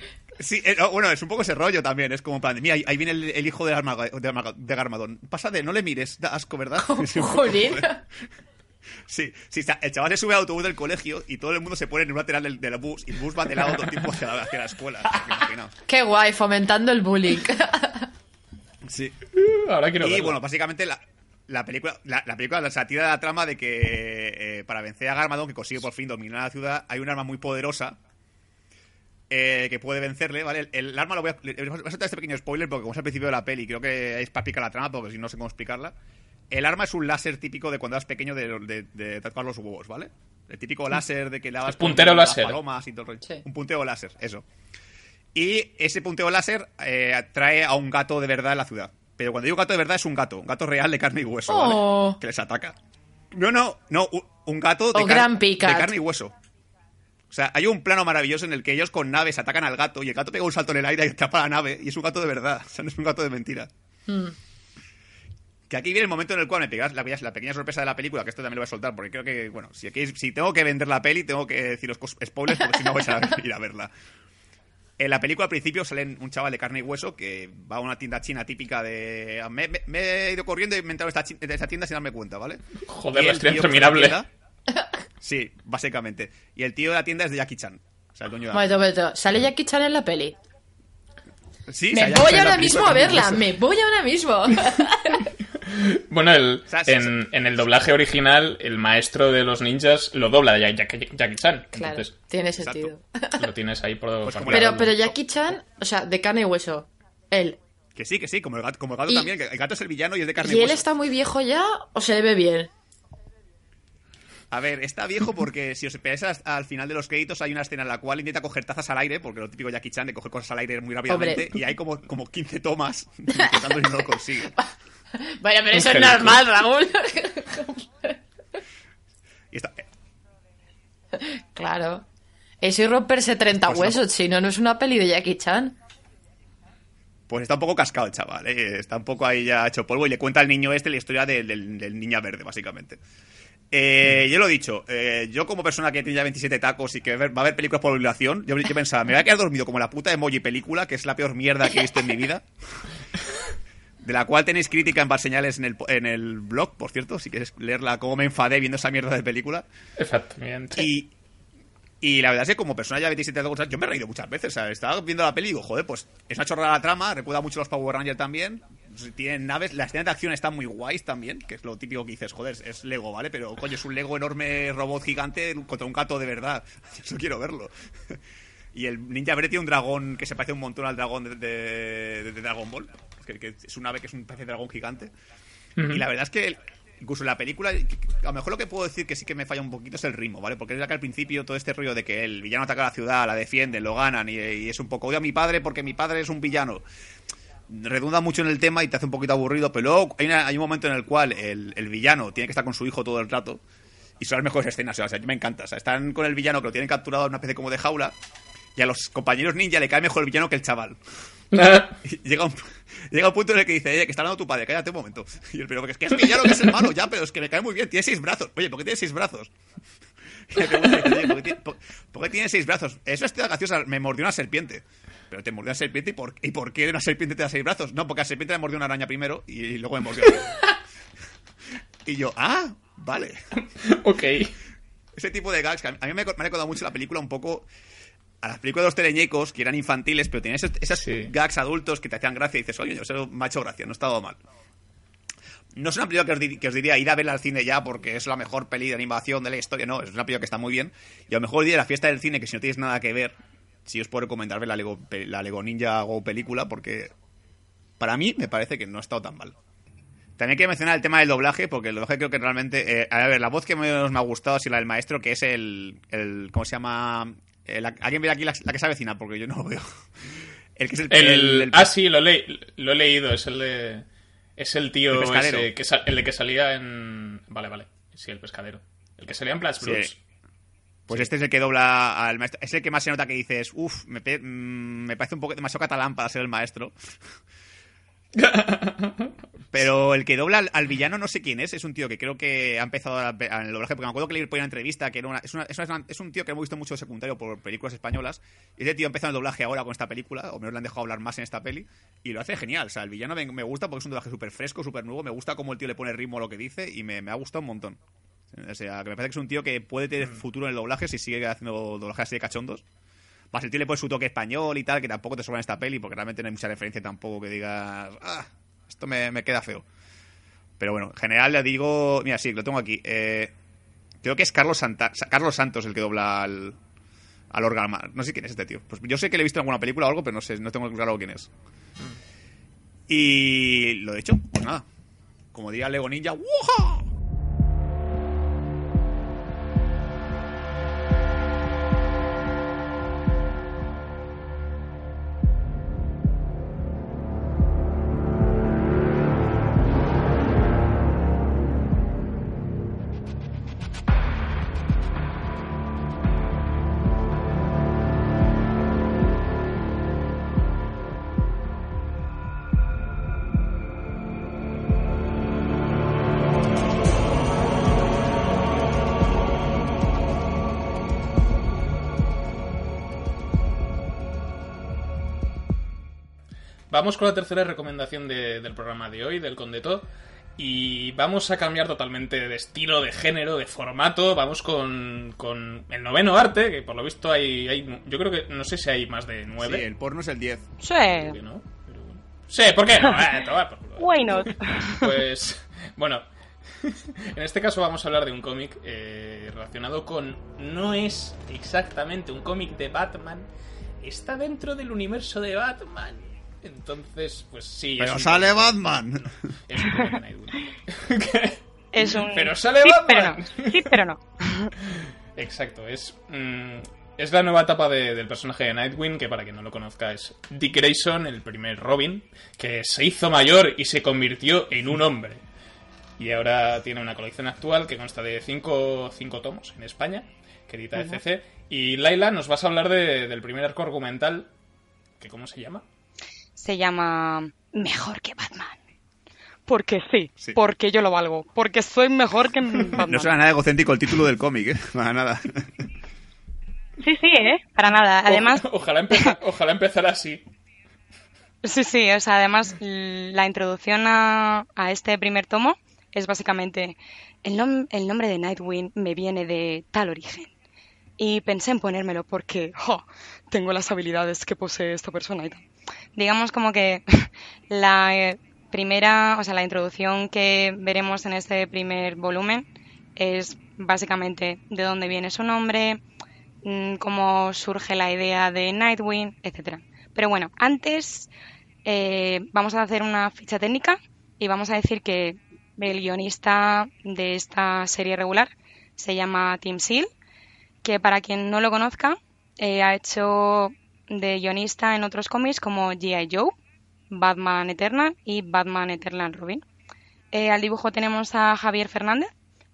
Sí, eh, no, bueno, es un poco ese rollo también. Es como en plan, mira, ahí, ahí viene el, el hijo de, Arma, de, Arma, de Garmadon. Pasa de, no le mires, da asco, ¿verdad? Jolín. Sí, sí, el chaval se sube al autobús del colegio y todo el mundo se pone en un lateral del, del bus y el bus va de lado todo el tiempo hacia la, hacia la escuela. Imaginaos. Qué guay, fomentando el bullying. Sí. Ahora quiero Y verla. bueno, básicamente la, la película la, la película se tira de la trama de que eh, para vencer a Garmadon, que consigue por fin dominar la ciudad, hay un arma muy poderosa eh, que puede vencerle, ¿vale? El, el arma lo voy a... Voy a soltar este pequeño spoiler porque como es al principio de la peli, creo que es para picar la trama porque si no sé cómo explicarla. El arma es un láser típico de cuando eras pequeño de, de, de tatuar los huevos, ¿vale? El típico láser de que le dabas... Es puntero láser. Palomas y todo el rollo. Sí. Un puntero láser, eso. Y ese punteo láser eh, atrae a un gato de verdad en la ciudad. Pero cuando digo gato de verdad es un gato, un gato real de carne y hueso, ¿vale? Oh. Que les ataca. No, no, no, un, un gato de, O car- Gran de Picat. carne y hueso. O sea, hay un plano maravilloso en el que ellos con naves atacan al gato y el gato pega un salto en el aire y atrapa la nave y es un gato de verdad, o sea, no es un gato de mentira. Mm. Que aquí viene el momento en el cual me pegas la, la pequeña sorpresa de la película, que esto también lo voy a soltar, porque creo que, bueno, si, aquí, si tengo que vender la peli, tengo que deciros cos- spoilers, porque si no vais a ir a verla. En la película al principio salen un chaval de carne y hueso que va a una tienda china típica de... Me, me- me he ido corriendo y me he entrado a esta, chi- de esta tienda sin darme cuenta, ¿vale? Joder, Y la el historia tío que está en la interminable. tienda- Sí, básicamente. Y el tío de la tienda es de Jackie Chan. O sea, el dueño de la... Momento, momento. ¿Sale Jackie Chan en la peli? Sí, Me o sea, Jackie voy Chan en la ahora película mismo a carne y verla, hueso. me voy ahora mismo. Bueno, el, O sea, sí, en, en el doblaje original, el maestro de los ninjas lo dobla de Jackie, Jackie Chan. Claro, Entonces, tiene sentido. lo tienes ahí por Pues como por Pero, la- pero Jackie Chan, o sea, de carne y hueso. Él. Que sí, que sí, como el gato, como el gato Y- también, que el gato es el villano y es de carne ¿Y y él hueso. está muy viejo ya o se le ve bien? A ver, está viejo porque si os esperáis al, al final de los créditos hay una escena en la cual intenta coger tazas al aire, porque lo típico de Jackie Chan de coger cosas al aire muy rápidamente, Hombre. y hay como, como quince tomas intentando y no lo consigue. Bueno, pero eso es Angélico. normal, Raúl. Y está... Claro. Eso y romperse treinta Pues huesos, si no, no es una peli de Jackie Chan. Pues está un poco cascado el chaval, ¿eh? Está un poco ahí ya hecho polvo y le cuenta al niño este la historia del, del, del niña verde, básicamente. Eh, yo lo he dicho, eh, yo como persona que tiene ya veintisiete tacos y que ver- va a ver películas por obligación, yo, yo pensaba, me voy a quedar dormido como la puta emoji película, que es la peor mierda que he visto en mi vida. De la cual tenéis crítica en Barseñales en el, en el blog, por cierto, si quieres leerla, cómo me enfadé viendo esa mierda de película. Exactamente. Y, y la verdad es que como persona ya veintisiete tacos, yo me he reído muchas veces, ¿sabes? Estaba viendo la peli y digo, joder, pues es una chorrada la trama, recuerda mucho a los Power Rangers también. Tienen naves, las escenas de acción están muy guays también, que es lo típico que dices, joder, es Lego, ¿vale? Pero coño, es un Lego enorme robot gigante contra un gato de verdad. Yo eso quiero verlo. Y el Ninja Verde tiene un dragón que se parece un montón al dragón de, de, de Dragon Ball, que, que es un ave que es un especie de dragón gigante. Ujú. Y la verdad es que incluso en la película, a lo mejor lo que puedo decir que sí que me falla un poquito es el ritmo, ¿vale? Porque es verdad que al principio todo este rollo de que el villano ataca a la ciudad, la defienden, lo ganan y, y es un poco odio a mi padre porque mi padre es un villano. Redunda mucho en el tema y te hace un poquito aburrido, pero luego hay, una- hay un momento en el cual el, el villano tiene que estar con su hijo todo el rato y son las mejores escenas, o sea, me encanta. O sea, están con el villano que lo tienen capturado en una especie como de jaula y a los compañeros ninja le cae mejor el villano que el chaval. Y llega un, llega un punto en el que dice, oye, que está hablando tu padre, cállate un momento. Y el pero porque es que es villano, que es el malo, ya, pero es que me cae muy bien, tiene seis brazos. Oye, ¿por qué tiene seis brazos? Y le pregunta, y dice, oye, ¿por qué, tiene, por- por qué tiene seis brazos? Eso es graciosa, me mordió una serpiente. Pero te mordió una serpiente, ¿y por, ¿y por qué una serpiente te da seis brazos? No, porque a la serpiente le mordió una araña primero y luego me mordió. Y yo, ah, vale. Ok. Ese tipo de gags, que a mí me, me ha recordado mucho la película un poco a las películas de los teleñecos, que eran infantiles, pero tenían esos, esas Sí. gags adultos que te hacían gracia y dices, oye, eso me ha hecho gracia, no ha estado mal. No es una película que os, di- que os diría ir a verla al cine ya porque es la mejor peli de animación de la historia, no, es una película que está muy bien. Y a lo mejor el día de la fiesta del cine, que si no tienes nada que ver, sí os puedo recomendar ver la Lego, pe- la Lego Ninja Go película, porque para mí me parece que no ha estado tan mal. También quiero mencionar el tema del doblaje, porque el doblaje creo que realmente... eh, a ver, la voz que menos me ha gustado ha sido la del maestro, que es el... el ¿cómo se llama? El- ¿Alguien ve aquí la, la que se avecina? Porque yo no lo veo. El que es el... El, el- el- ah, sí, lo, le, lo he leído. Es el de. Es el tío El pescadero. ese, que sa- el de que salía en. Vale, vale. Sí, el pescadero. El que salía en Blast Sí. Blues. Pues este es el que dobla al maestro. Es el que más se nota que dices, uff, me, pe- mm, me parece un poco demasiado catalán para ser el maestro. Pero el que dobla al, al villano no sé quién es. Es un tío que creo que ha empezado a, a, en el doblaje, porque me acuerdo que le ponía una entrevista que era una, es, una, es, una, es un tío que hemos visto mucho secundario por películas españolas. Y ese tío ha empezado el doblaje ahora con esta película, o menos le han dejado hablar más en esta peli, y lo hace genial. O sea, el villano me, me gusta porque es un doblaje súper fresco, súper nuevo. Me gusta cómo el tío le pone ritmo a lo que dice y me, me ha gustado un montón. O sea, que me parece que es un tío que puede tener futuro en el doblaje si sigue haciendo doblajes así de cachondos. Más el tío le pone su toque español y tal, que tampoco te sobra en esta peli, porque realmente no hay mucha referencia tampoco que digas, ah, esto me, me queda feo. Pero bueno, en general le digo, mira, sí, lo tengo aquí. Eh, creo que es Carlos, Santa, Carlos Santos el que dobla al, al Orgama. No sé quién es este tío. Pues yo sé que le he visto en alguna película o algo, pero no sé, no tengo claro quién es. Y lo he hecho, pues nada. Como diría Lego Ninja, ¡wuja! Vamos con la tercera recomendación de, del programa de hoy, del Condeto. Y vamos a cambiar totalmente de estilo, de género, de formato. Vamos con, con el noveno arte, que por lo visto hay, hay... Yo creo que... No sé si hay más de nueve. Sí, el porno es el diez. Sí. No, pero bueno. Sí, ¿por qué no? Eh, toma por culo. Why not? Pues, bueno, en este caso vamos a hablar de un cómic eh, relacionado con... No es exactamente un cómic de Batman. Está dentro del universo de Batman. Entonces, pues sí. Pero sale cómic. Batman. No, es un cómic de Nightwing. Es un... Pero sale sí, Batman. Pero no. Sí, pero no. Exacto, es... Mmm, es la nueva etapa de, del personaje de Nightwing, que para quien no lo conozca es Dick Grayson, el primer Robin, que se hizo mayor y se convirtió en un hombre. Y ahora tiene una colección actual que consta de cinco, cinco tomos en España, que edita uh-huh. E C C. Y Laila, nos vas a hablar de, del primer arco argumental, que ¿cómo se llama? Se llama Mejor que Batman. Porque sí, sí, porque yo lo valgo, porque soy mejor que Batman. No suena nada egocéntrico el título del cómic, ¿eh? Para nada. Sí, sí, ¿eh? Para nada. Además... O, ojalá, empezar, ojalá empezara así. Sí, sí, o sea, además la introducción a, a este primer tomo es básicamente el, nom- el nombre de Nightwing me viene de tal origen. Y pensé en ponérmelo porque oh, tengo las habilidades que posee esta persona y tal. Digamos como que la eh, primera, o sea, la introducción que veremos en este primer volumen es básicamente de dónde viene su nombre, mmm, cómo surge la idea de Nightwing, etcétera. Pero bueno, antes eh, vamos a hacer una ficha técnica y vamos a decir que el guionista de esta serie regular se llama Tim Seal, que para quien no lo conozca, eh, ha hecho de guionista en otros cómics como G I. Joe, Batman Eternal y Batman Eternal Robin. Eh, al dibujo tenemos a Javier Fernández,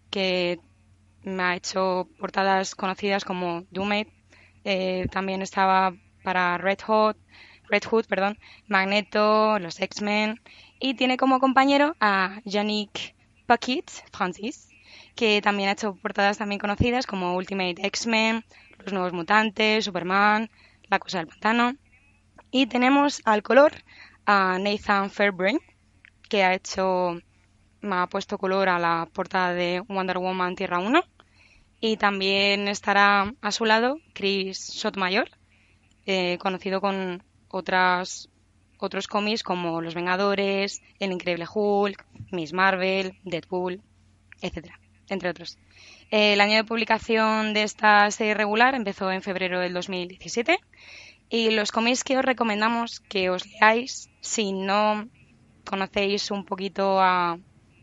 que me ha hecho portadas conocidas como Doomsday, eh, también estaba para Red Hood, Red Hood, perdón, Magneto, los X-Men, y tiene como compañero a Yannick Paquet, Francis, que también ha hecho portadas también conocidas como Ultimate X-Men, Los Nuevos Mutantes, Superman, La Cosa del Pantano. Y tenemos al color a Nathan Fairbrain, que ha hecho, ha puesto color a la portada de Wonder Woman Tierra uno. Y también estará a su lado Chris Sotomayor, eh, conocido con otras, otros cómics como Los Vengadores, El Increíble Hulk, Miss Marvel, Deadpool, etcétera, entre otros. El año de publicación de esta serie regular empezó en febrero del dos mil diecisiete y los cómics que os recomendamos que os leáis si no conocéis un poquito a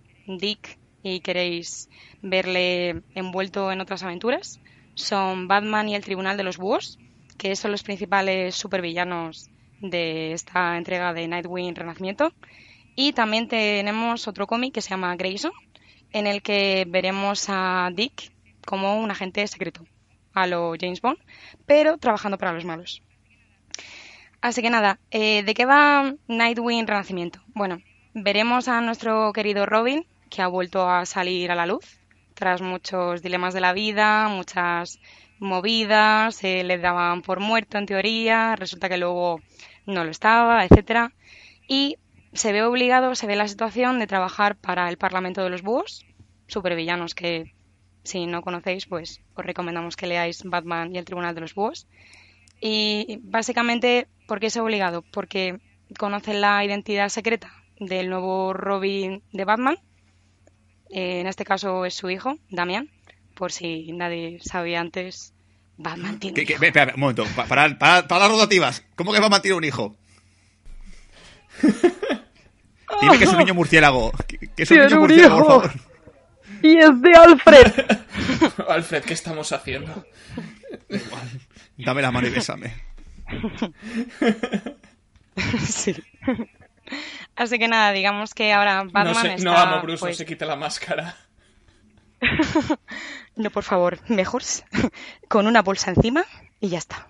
Dick y queréis verle envuelto en otras aventuras son Batman y el Tribunal de los Búhos, que son los principales supervillanos de esta entrega de Nightwing Renacimiento. Y también tenemos otro cómic que se llama Grayson, en el que veremos a Dick como un agente secreto, a lo James Bond, pero trabajando para los malos. Así que nada, eh, ¿de qué va Nightwing Renacimiento? Bueno, veremos a nuestro querido Robin, que ha vuelto a salir a la luz, tras muchos dilemas de la vida, muchas movidas, eh, le daban por muerto en teoría, resulta que luego no lo estaba, etcétera. Y se ve obligado, se ve la situación de trabajar para el Parlamento de los Búhos, supervillanos que, si no conocéis, pues os recomendamos que leáis Batman y el Tribunal de los Búhos. Y básicamente, ¿por qué es obligado? Porque conocen la identidad secreta del nuevo Robin de Batman. Eh, en este caso es su hijo, Damian. Por si nadie sabía antes, Batman tiene un ¿Qué, hijo. qué? Espera, un momento. Pa- Para, para, para las rotativas. ¿Cómo que Batman tiene un hijo? Dime que es un niño murciélago. Que, que es un Tiene niño un murciélago, hijo. por favor. Y es de Alfred. Alfred, ¿qué estamos haciendo? Dame la mano y bésame. Sí. Así que nada, digamos que ahora Batman no, sé, está... no amo Bruce, pues... no se quite la máscara. No, por favor, mejor con una bolsa encima y ya está.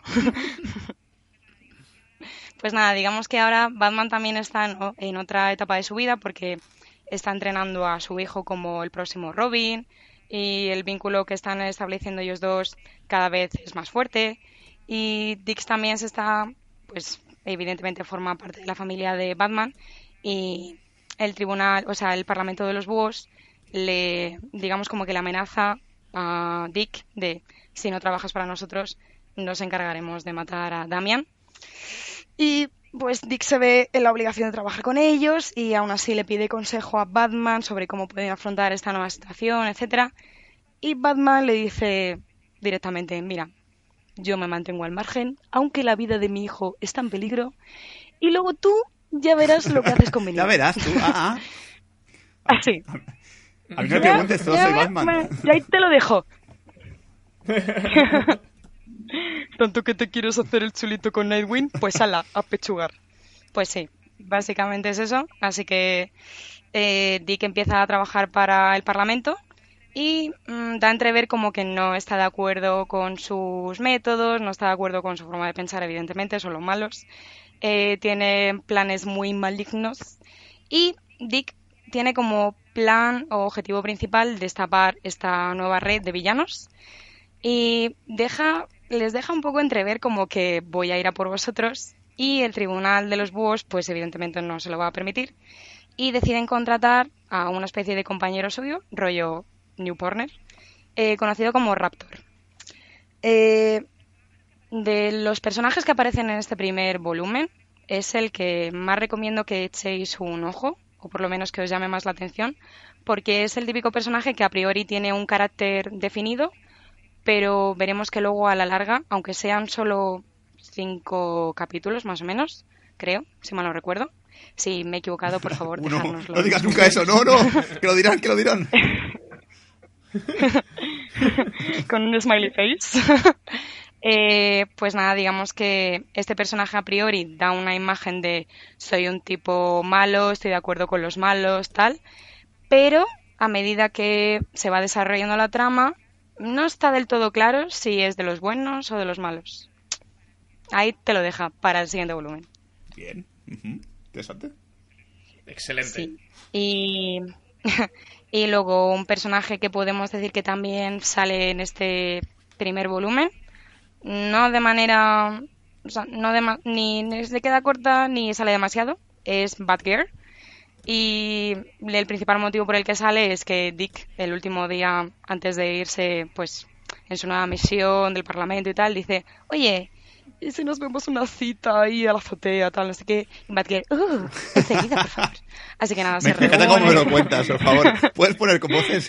Pues nada, digamos que ahora Batman también está en, en otra etapa de su vida porque está entrenando a su hijo como el próximo Robin y el vínculo que están estableciendo ellos dos cada vez es más fuerte y Dix también se está, pues evidentemente forma parte de la familia de Batman y el tribunal, o sea, el Parlamento de los Búhos le, digamos como que le amenaza a Dick de si no trabajas para nosotros nos encargaremos de matar a Damian. Y pues Dick se ve en la obligación de trabajar con ellos y aún así le pide consejo a Batman sobre cómo pueden afrontar esta nueva situación, etcétera. Y Batman le dice directamente, mira, yo me mantengo al margen, aunque la vida de mi hijo está en peligro, y luego tú ya verás lo que haces con mi niño. Ya verás tú. Ah, ah. Así. A mí no me preguntes, todo soy Batman. Y ahí te lo dejo. Tanto que te quieres hacer el chulito con Nightwing, pues ala, a pechugar. Pues sí, básicamente es eso. Así que eh, Dick empieza a trabajar para el Parlamento y mmm, da a entrever como que no está de acuerdo con sus métodos, no está de acuerdo con su forma de pensar, evidentemente, son los malos. Eh, tiene planes muy malignos y Dick tiene como plan o objetivo principal destapar esta nueva red de villanos y deja, les deja un poco entrever como que voy a ir a por vosotros y el Tribunal de los Búhos pues evidentemente no se lo va a permitir y deciden contratar a una especie de compañero suyo, rollo New Porner, eh, conocido como Raptor. Eh, de los personajes que aparecen en este primer volumen es el que más recomiendo que echéis un ojo o por lo menos que os llame más la atención, porque es el típico personaje que a priori tiene un carácter definido, pero veremos que luego a la larga, aunque sean solo cinco capítulos más o menos, creo, si mal no recuerdo. Si me he equivocado, por favor, Uno, dejárnoslo. no digas nunca eso, no, no, que lo dirán, que lo dirán. Con un smiley face. Eh, pues nada, digamos que este personaje a priori da una imagen de soy un tipo malo, estoy de acuerdo con los malos, tal, pero a medida que se va desarrollando la trama no está del todo claro si es de los buenos o de los malos. Ahí te lo deja para el siguiente volumen. Bien, uh-huh. Interesante. Excelente. Sí. Y, y luego un personaje que podemos decir que también sale en este primer volumen, no de manera, o sea, no de, ni se queda corta ni sale demasiado, es Batgirl. Y el principal motivo por el que sale es que Dick, el último día antes de irse, pues en su nueva misión del Parlamento y tal, dice, oye, ¿y si nos vemos una cita ahí a la azotea, tal, no sé qué? Y Batgirl, uh, enseguida, por favor. Así que nada, Me, se me encanta reúnen. cómo me lo cuentas, por favor. ¿Puedes poner con voces?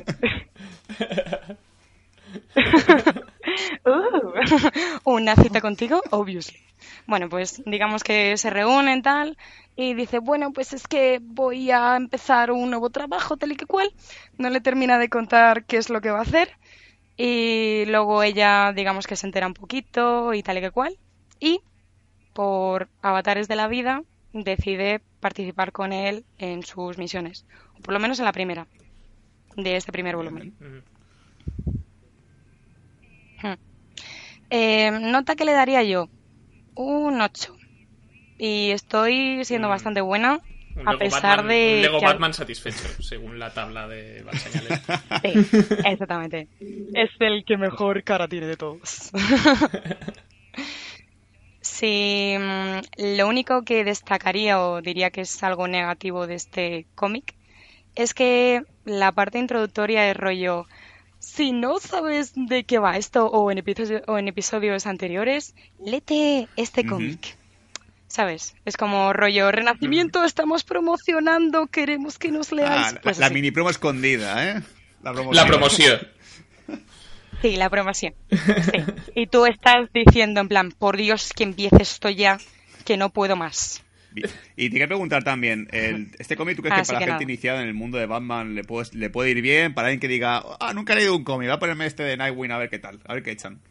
uh, una cita contigo, obviously. Bueno, pues digamos que se reúnen tal y dice, bueno, pues es que voy a empezar un nuevo trabajo, tal y que cual. No le termina de contar qué es lo que va a hacer y luego ella, digamos que se entera un poquito y tal y que cual. Y por avatares de la vida decide participar con él en sus misiones, o por lo menos en la primera de este primer volumen. Hmm. Eh, nota que le daría yo un ocho, y estoy siendo Un- bastante buena, Un a Lego pesar Batman, de... un Lego que al- Batman satisfecho, según la tabla de Bad Señales. Sí, exactamente. Es el que mejor cara tiene de todos. Sí, mm, lo único que destacaría o diría que es algo negativo de este cómic es que la parte introductoria es rollo, si no sabes de qué va esto o en episodios, o en episodios anteriores, léete este Ujú. cómic. ¿Sabes? Es como rollo, Renacimiento, estamos promocionando, queremos que nos Ah, leáis. la, Pues la así. mini promo escondida, ¿eh? La promoción. La promoción. Sí, la promoción. Sí. Y tú estás diciendo en plan, por Dios, que empiece esto ya, que no puedo más. Y te quería preguntar también, el- este cómic, ¿tú crees Así que para que la gente nada. iniciada en el mundo de Batman le puede, le puede ir bien? Para alguien que diga, ah, nunca he leído un cómic, voy a ponerme este de Nightwing a ver qué tal, a ver qué echan.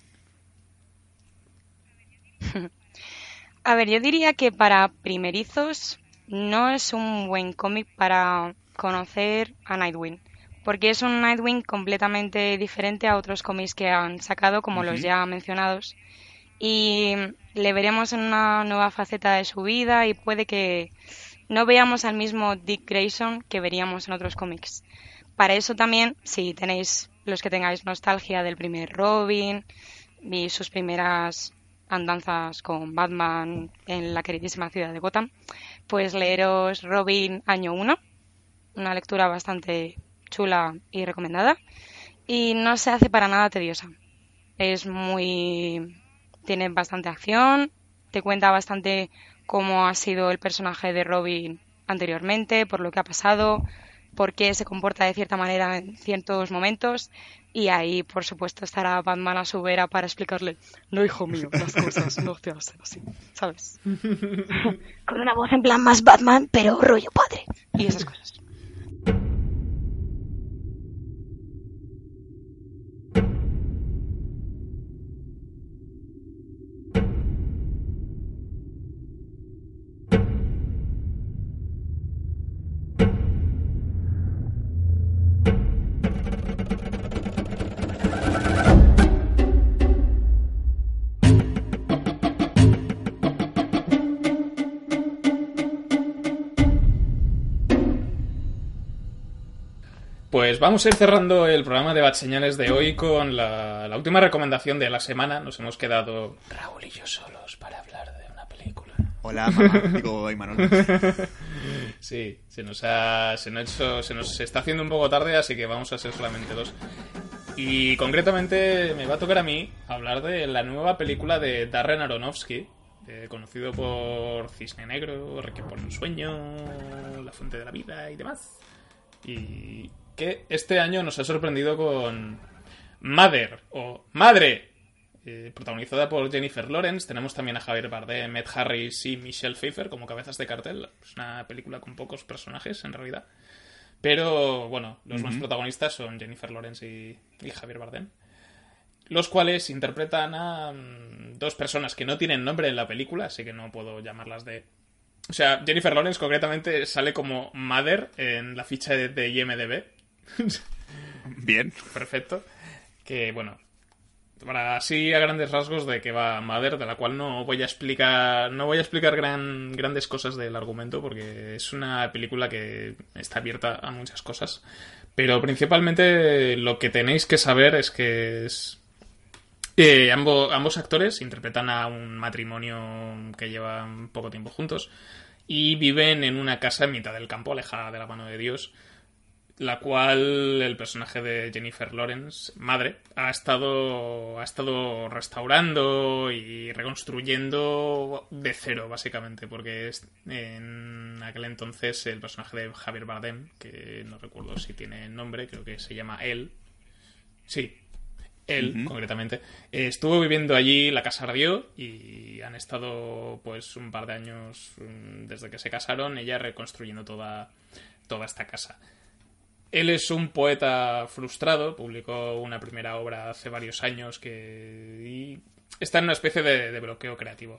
A ver, yo diría que para primerizos no es un buen cómic para conocer a Nightwing, porque es un Nightwing completamente diferente a otros cómics que han sacado, como los Ujú. ya mencionados, y le veremos en una nueva faceta de su vida y puede que no veamos al mismo Dick Grayson que veríamos en otros cómics. Para eso también, si tenéis los que tengáis nostalgia del primer Robin y sus primeras andanzas con Batman en la queridísima ciudad de Gotham, pues leeros Robin año uno, una lectura bastante chula y recomendada, y no se hace para nada tediosa. Es muy... tiene bastante acción, te cuenta bastante cómo ha sido el personaje de Robin anteriormente, por lo que ha pasado, por qué se comporta de cierta manera en ciertos momentos, y ahí, por supuesto, estará Batman a su vera para explicarle, no, hijo mío, las cosas no se hacen así, ¿sabes? Con una voz en plan más Batman, pero rollo padre. Y esas cosas. Pues vamos a ir cerrando el programa de Bad Señales de hoy con la, la última recomendación de la semana. Nos hemos quedado Raúl y yo solos para hablar de una película. Hola, mamá. Digo, Imanol. Sí, se nos ha, se nos ha hecho, se nos está haciendo un poco tarde, así que vamos a ser solamente dos. Y concretamente me va a tocar a mí hablar de la nueva película de Darren Aronofsky, eh, conocido por Cisne Negro, Requiem por un sueño, La fuente de la vida y demás. Y que este año nos ha sorprendido con Mother, o Madre, eh, protagonizada por Jennifer Lawrence. Tenemos también a Javier Bardem, Ed Harris y Michelle Pfeiffer como cabezas de cartel. Es una película con pocos personajes, en realidad. Pero, bueno, los Ujú. más protagonistas son Jennifer Lawrence y, y Javier Bardem, los cuales interpretan a mm, dos personas que no tienen nombre en la película, así que no puedo llamarlas de... O sea, Jennifer Lawrence concretamente sale como Mother en la ficha de, de I M D B. Bien. Perfecto. Que, bueno, para así a grandes rasgos de que va Mother, de la cual no voy a explicar no voy a explicar gran, grandes cosas del argumento, porque es una película que está abierta a muchas cosas. Pero principalmente lo que tenéis que saber es que es... Eh, ambos, ambos actores interpretan a un matrimonio que llevan poco tiempo juntos y viven en una casa en mitad del campo, alejada de la mano de Dios, la cual el personaje de Jennifer Lawrence, madre, ha estado, ha estado restaurando y reconstruyendo de cero, básicamente, porque es, en aquel entonces el personaje de Javier Bardem, que no recuerdo si tiene nombre, creo que se llama él. Sí, él, Ujú. concretamente, eh, estuvo viviendo allí, la casa ardió y han estado pues un par de años mm, desde que se casaron, ella reconstruyendo toda, toda esta casa. Él es un poeta frustrado, publicó una primera obra hace varios años que y está en una especie de, de bloqueo creativo.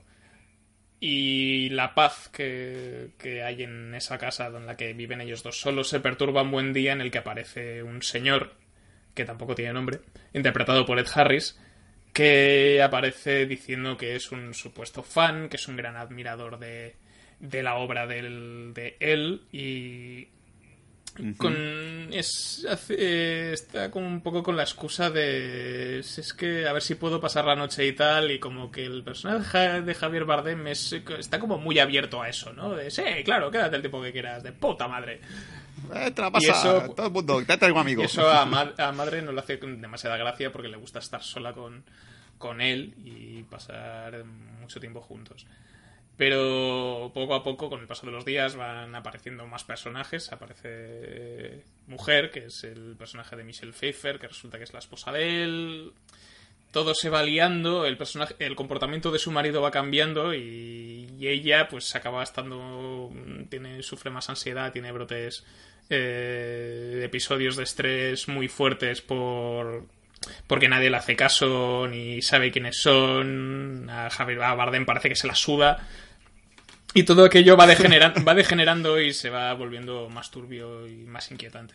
Y la paz que, que hay en esa casa en la que viven ellos dos solos se perturba un buen día en el que aparece un señor, que tampoco tiene nombre, interpretado por Ed Harris, que aparece diciendo que es un supuesto fan, que es un gran admirador de, de la obra del, de él y uh-huh. con es hace, está como un poco con la excusa de es que a ver si puedo pasar la noche y tal, y como que el personaje de Javier Bardem es, está como muy abierto a eso, ¿no? De sí, claro, quédate el tiempo que quieras, de puta madre. Eh, te la pasa, y eso, todo el mundo, te traigo amigo. Y eso a, ma- a madre no le hace demasiada gracia porque le gusta estar sola con, con él y pasar mucho tiempo juntos. Pero poco a poco, con el paso de los días, van apareciendo más personajes. Aparece Mujer, que es el personaje de Michelle Pfeiffer, que resulta que es la esposa de él. Todo se va liando, el personaje, el comportamiento de su marido va cambiando y, y ella pues acaba estando, tiene, sufre más ansiedad, tiene brotes, eh, episodios de estrés muy fuertes por porque nadie le hace caso ni sabe quiénes son. A Javier Bardem parece que se la suda. Y todo aquello va, degeneran- va degenerando y se va volviendo más turbio y más inquietante.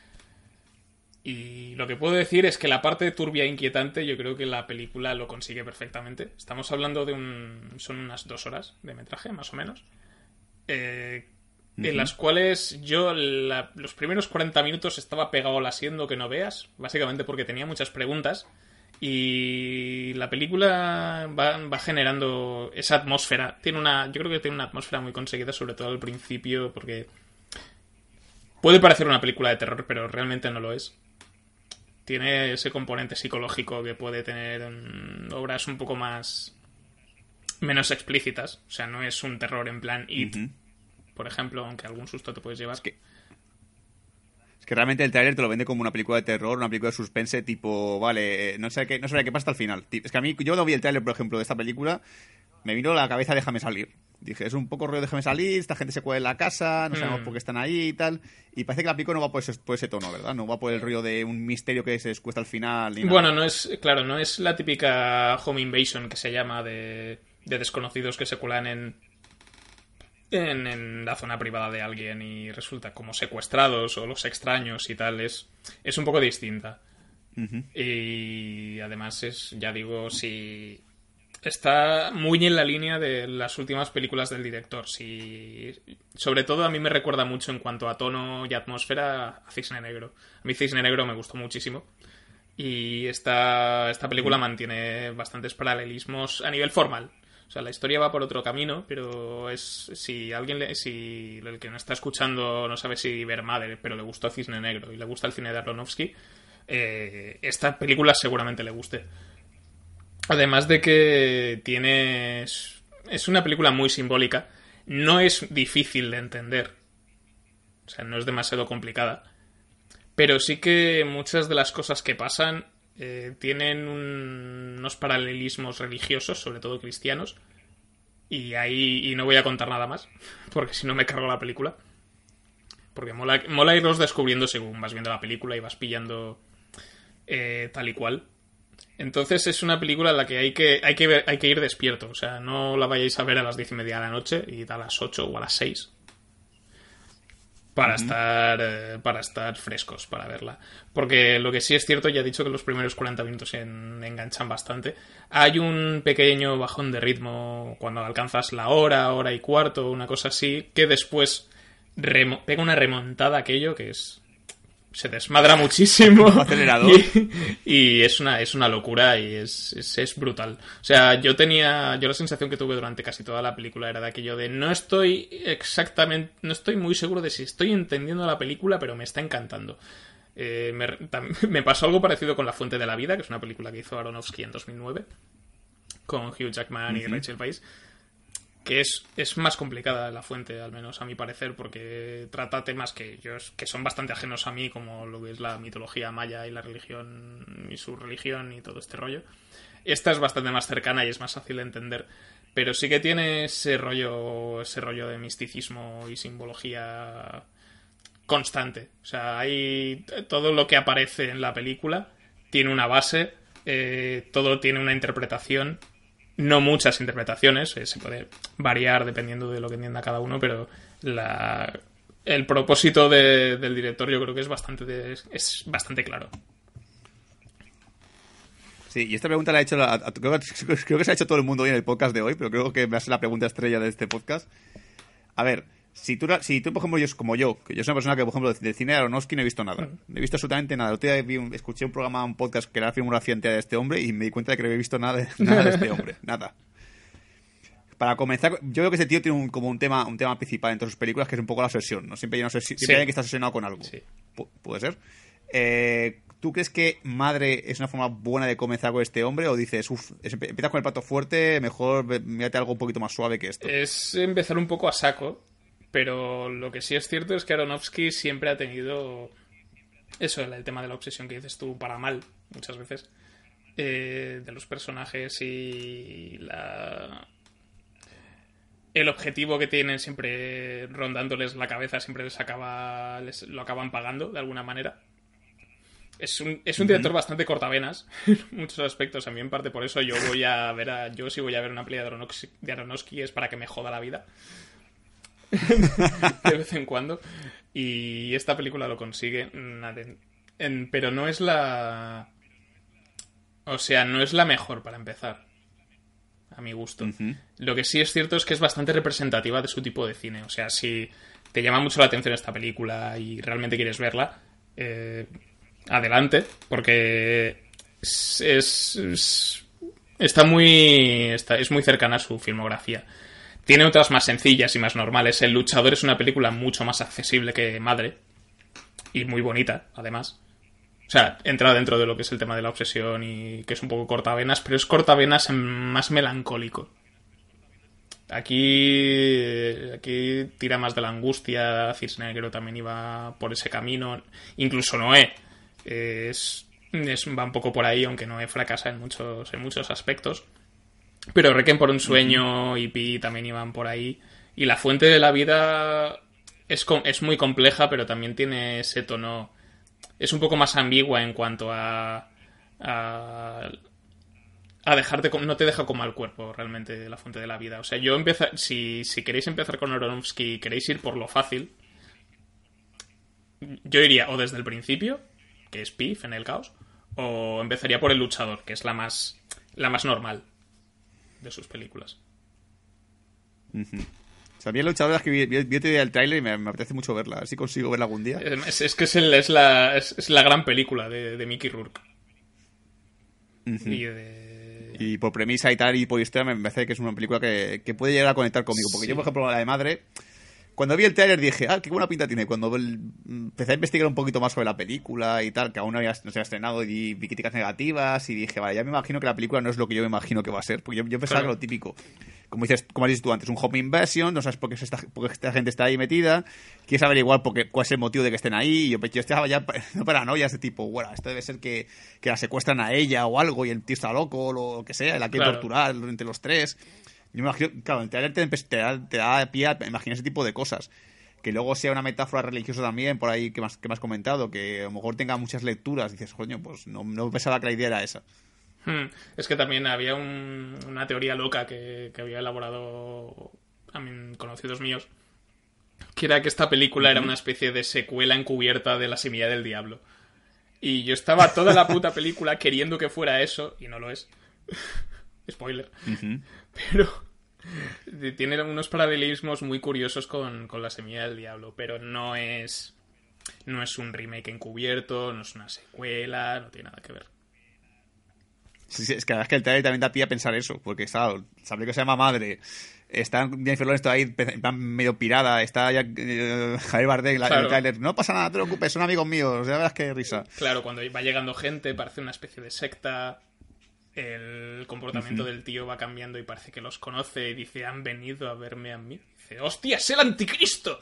Y lo que puedo decir es que la parte turbia e inquietante yo creo que la película lo consigue perfectamente. Estamos hablando de un... son unas dos horas de metraje, más o menos. Eh, uh-huh. En las cuales yo la, los primeros cuarenta minutos estaba pegado al asiento que no veas. Básicamente porque tenía muchas preguntas. Y la película va, va generando esa atmósfera. Tiene una, yo creo que tiene una atmósfera muy conseguida, sobre todo al principio, porque puede parecer una película de terror, pero realmente no lo es. Tiene ese componente psicológico que puede tener en obras un poco más menos explícitas. O sea, no es un terror en plan It, uh-huh. por ejemplo, aunque algún susto te puedes llevar. Es que... Es que realmente el tráiler te lo vende como una película de terror, una película de suspense, tipo, vale, no sé qué, no sé qué pasa hasta el final. Es que a mí, yo no vi el tráiler, por ejemplo, de esta película, me vino a la cabeza Déjame salir. Dije, es un poco rollo Déjame salir, esta gente se cuela en la casa, no sabemos mm. por qué están ahí y tal. Y parece que la película no va por ese, por ese tono, ¿verdad? No va por el rollo de un misterio que se descuesta al final. Ni nada. Bueno, no es, claro, no es la típica home invasion que se llama de, de desconocidos que se cuelan en... En, en la zona privada de alguien y resulta como secuestrados o los extraños y tal, es, es un poco distinta. Uh-huh. Y además es, ya digo, si está muy en la línea de las últimas películas del director. Si, sobre todo a mí me recuerda mucho en cuanto a tono y atmósfera a Cisne Negro. A mí Cisne Negro me gustó muchísimo. Y esta, esta película mantiene bastantes paralelismos a nivel formal. O sea, la historia va por otro camino, pero es si alguien le, si el que no está escuchando no sabe si ver Mother, pero le gustó Cisne Negro y le gusta el cine de Aronofsky, eh, esta película seguramente le guste. Además de que tiene es una película muy simbólica, no es difícil de entender, o sea, no es demasiado complicada, pero sí que muchas de las cosas que pasan Eh, tienen un, unos paralelismos religiosos, sobre todo cristianos, y ahí y no voy a contar nada más porque si no me cargo la película, porque mola, mola irlos descubriendo según vas viendo la película y vas pillando eh, tal y cual. Entonces es una película en la que hay que, hay que ver, hay que ir despierto, o sea, no la vayáis a ver a las diez y media de la noche y a las ocho o a las seis para uh-huh. estar eh, para estar frescos para verla, porque lo que sí es cierto, ya he dicho que los primeros cuarenta minutos en, enganchan bastante. Hay un pequeño bajón de ritmo cuando alcanzas la hora, hora y cuarto, una cosa así, que después remo- pega una remontada aquello que es se desmadra muchísimo y, y es una es una locura y es, es es brutal. O sea, yo tenía yo la sensación que tuve durante casi toda la película era de aquello de no estoy exactamente no estoy muy seguro de si estoy entendiendo la película, pero me está encantando. Eh, me, tam, me pasó algo parecido con La Fuente de la Vida, que es una película que hizo Aronofsky en dos mil nueve con Hugh Jackman uh-huh. y Rachel Weisz, que es, es más complicada La Fuente, al menos a mi parecer, porque trata temas que, yo, que son bastante ajenos a mí, como lo que es la mitología maya y la religión y su religión y todo este rollo. Esta es bastante más cercana y es más fácil de entender, pero sí que tiene ese rollo, ese rollo de misticismo y simbología constante. O sea, hay todo lo que aparece en la película tiene una base, eh, todo tiene una interpretación. No muchas interpretaciones, eh, se puede variar dependiendo de lo que entienda cada uno, pero la, el propósito de, del director yo creo que es bastante, de, es bastante claro. Sí, y esta pregunta la ha hecho, la, a, creo, creo que se ha hecho todo el mundo hoy en el podcast de hoy, pero creo que va a ser la pregunta estrella de este podcast. A ver, si tú, si tú por ejemplo, yo, como yo, que yo soy una persona que, por ejemplo, del cine de Aronofsky no he visto nada. No he visto absolutamente nada. El otro día vi un, escuché un programa, un podcast que era la filmografía entera de este hombre y me di cuenta de que no había visto nada de, nada de este hombre. Nada. Para comenzar, yo creo que ese tío tiene un, como un tema un tema principal en todas sus películas, que es un poco la obsesión, ¿no? Siempre hay, una obsesión, siempre Sí. hay alguien que está obsesionado con algo. Sí. Pu- puede ser. Eh, ¿Tú crees que Madre es una forma buena de comenzar con este hombre? ¿O dices, uff, empiezas con el plato fuerte, mejor ve- mírate algo un poquito más suave que esto? Es empezar un poco a saco, pero lo que sí es cierto es que Aronofsky siempre ha tenido eso, el tema de la obsesión que dices tú, para mal, muchas veces, eh, de los personajes y la... el objetivo que tienen siempre rondándoles la cabeza, siempre les acaba les lo acaban pagando de alguna manera. Es un, es un director uh-huh. bastante cortavenas en muchos aspectos. A mí, en parte, por eso yo voy a ver a. Yo, si voy a ver una pelea de Aronofsky, de Aronofsky es para que me joda la vida. De vez en cuando. Y esta película lo consigue. En, en, pero no es la. O sea, no es la mejor para empezar. A mi gusto. Uh-huh. Lo que sí es cierto es que es bastante representativa de su tipo de cine. O sea, si te llama mucho la atención esta película y realmente quieres verla. Eh. Adelante, porque es, es, es está muy está, es muy cercana a su filmografía. Tiene otras más sencillas y más normales. El Luchador es una película mucho más accesible que Madre y muy bonita, además. O sea, entra dentro de lo que es el tema de la obsesión y que es un poco cortavenas, pero es cortavenas más melancólico. Aquí, aquí tira más de la angustia. Cisne Negro también iba por ese camino. Incluso Noé. Es, es, va un poco por ahí, aunque Noé fracasa en muchos, en muchos aspectos. Pero Requiem por un sueño y Pi también iban por ahí. Y La Fuente de la Vida es, es muy compleja, pero también tiene ese tono. Es un poco más ambigua en cuanto a. a, a dejarte. No te deja como al cuerpo realmente La Fuente de la Vida. O sea, yo empiezo. Si, si queréis empezar con Aronofsky y queréis ir por lo fácil, yo iría o desde el principio, que es Pi, Fe en el Caos, o empezaría por El Luchador, que es la más la más normal de sus películas. Uh-huh. O sea, a mí El Luchador es que vi, vi, vi otro día el tráiler y me, me apetece mucho verla, a ver si consigo verla algún día. Es, es que es, el, es, la, es, es la gran película de, de Mickey Rourke. Uh-huh. Y de... Y por premisa y tal, y por historia, me parece que es una película que, que puede llegar a conectar conmigo. Porque sí. Yo, por ejemplo, la de Madre, cuando vi el tráiler dije, ah, qué buena pinta tiene. Cuando el, empecé a investigar un poquito más sobre la película y tal, que aún no, había, no se había estrenado, y vi críticas negativas, y dije, vale, ya me imagino que la película no es lo que yo me imagino que va a ser. Porque yo, yo pensaba claro. que lo típico, como dices, como has dicho tú antes, un home invasion, no sabes por qué esta, por qué esta gente está ahí metida, quieres averiguar por qué, cuál es el motivo de que estén ahí, y yo, yo estaba ya no paranoia de tipo, bueno, esto debe ser que, que la secuestran a ella o algo, y el tío está loco, o lo que sea, la quiere claro. torturar entre los tres. Yo me imagino, claro, el trailer te, te, da, te da pie a imaginar ese tipo de cosas. Que luego sea una metáfora religiosa también, por ahí que me has, que me has comentado, que a lo mejor tenga muchas lecturas. Dices, coño, pues no, no pensaba que la idea era esa. Hmm. Es que también había un, una teoría loca que, que había elaborado a mí, conocidos míos, que era que esta película uh-huh. era una especie de secuela encubierta de La Semilla del Diablo. Y yo estaba toda la puta película queriendo que fuera eso, y no lo es. Spoiler. Uh-huh. Pero... tiene unos paralelismos muy curiosos con, con La Semilla del Diablo, pero no es no es un remake encubierto, no es una secuela, no tiene nada que ver. Sí, sí, es que la verdad es que el trailer también da pie a pensar eso, porque claro, sabe que se llama Madre, está Jennifer Lawrence ahí medio pirada, está ya eh, Javier Bardem, claro. El trailer, no pasa nada, no te preocupes, son amigos míos, ya verás qué risa. Claro, cuando va llegando gente parece una especie de secta. El comportamiento uh-huh. del tío va cambiando y parece que los conoce y dice, han venido a verme a mí. Dice, ¡hostia, es el anticristo!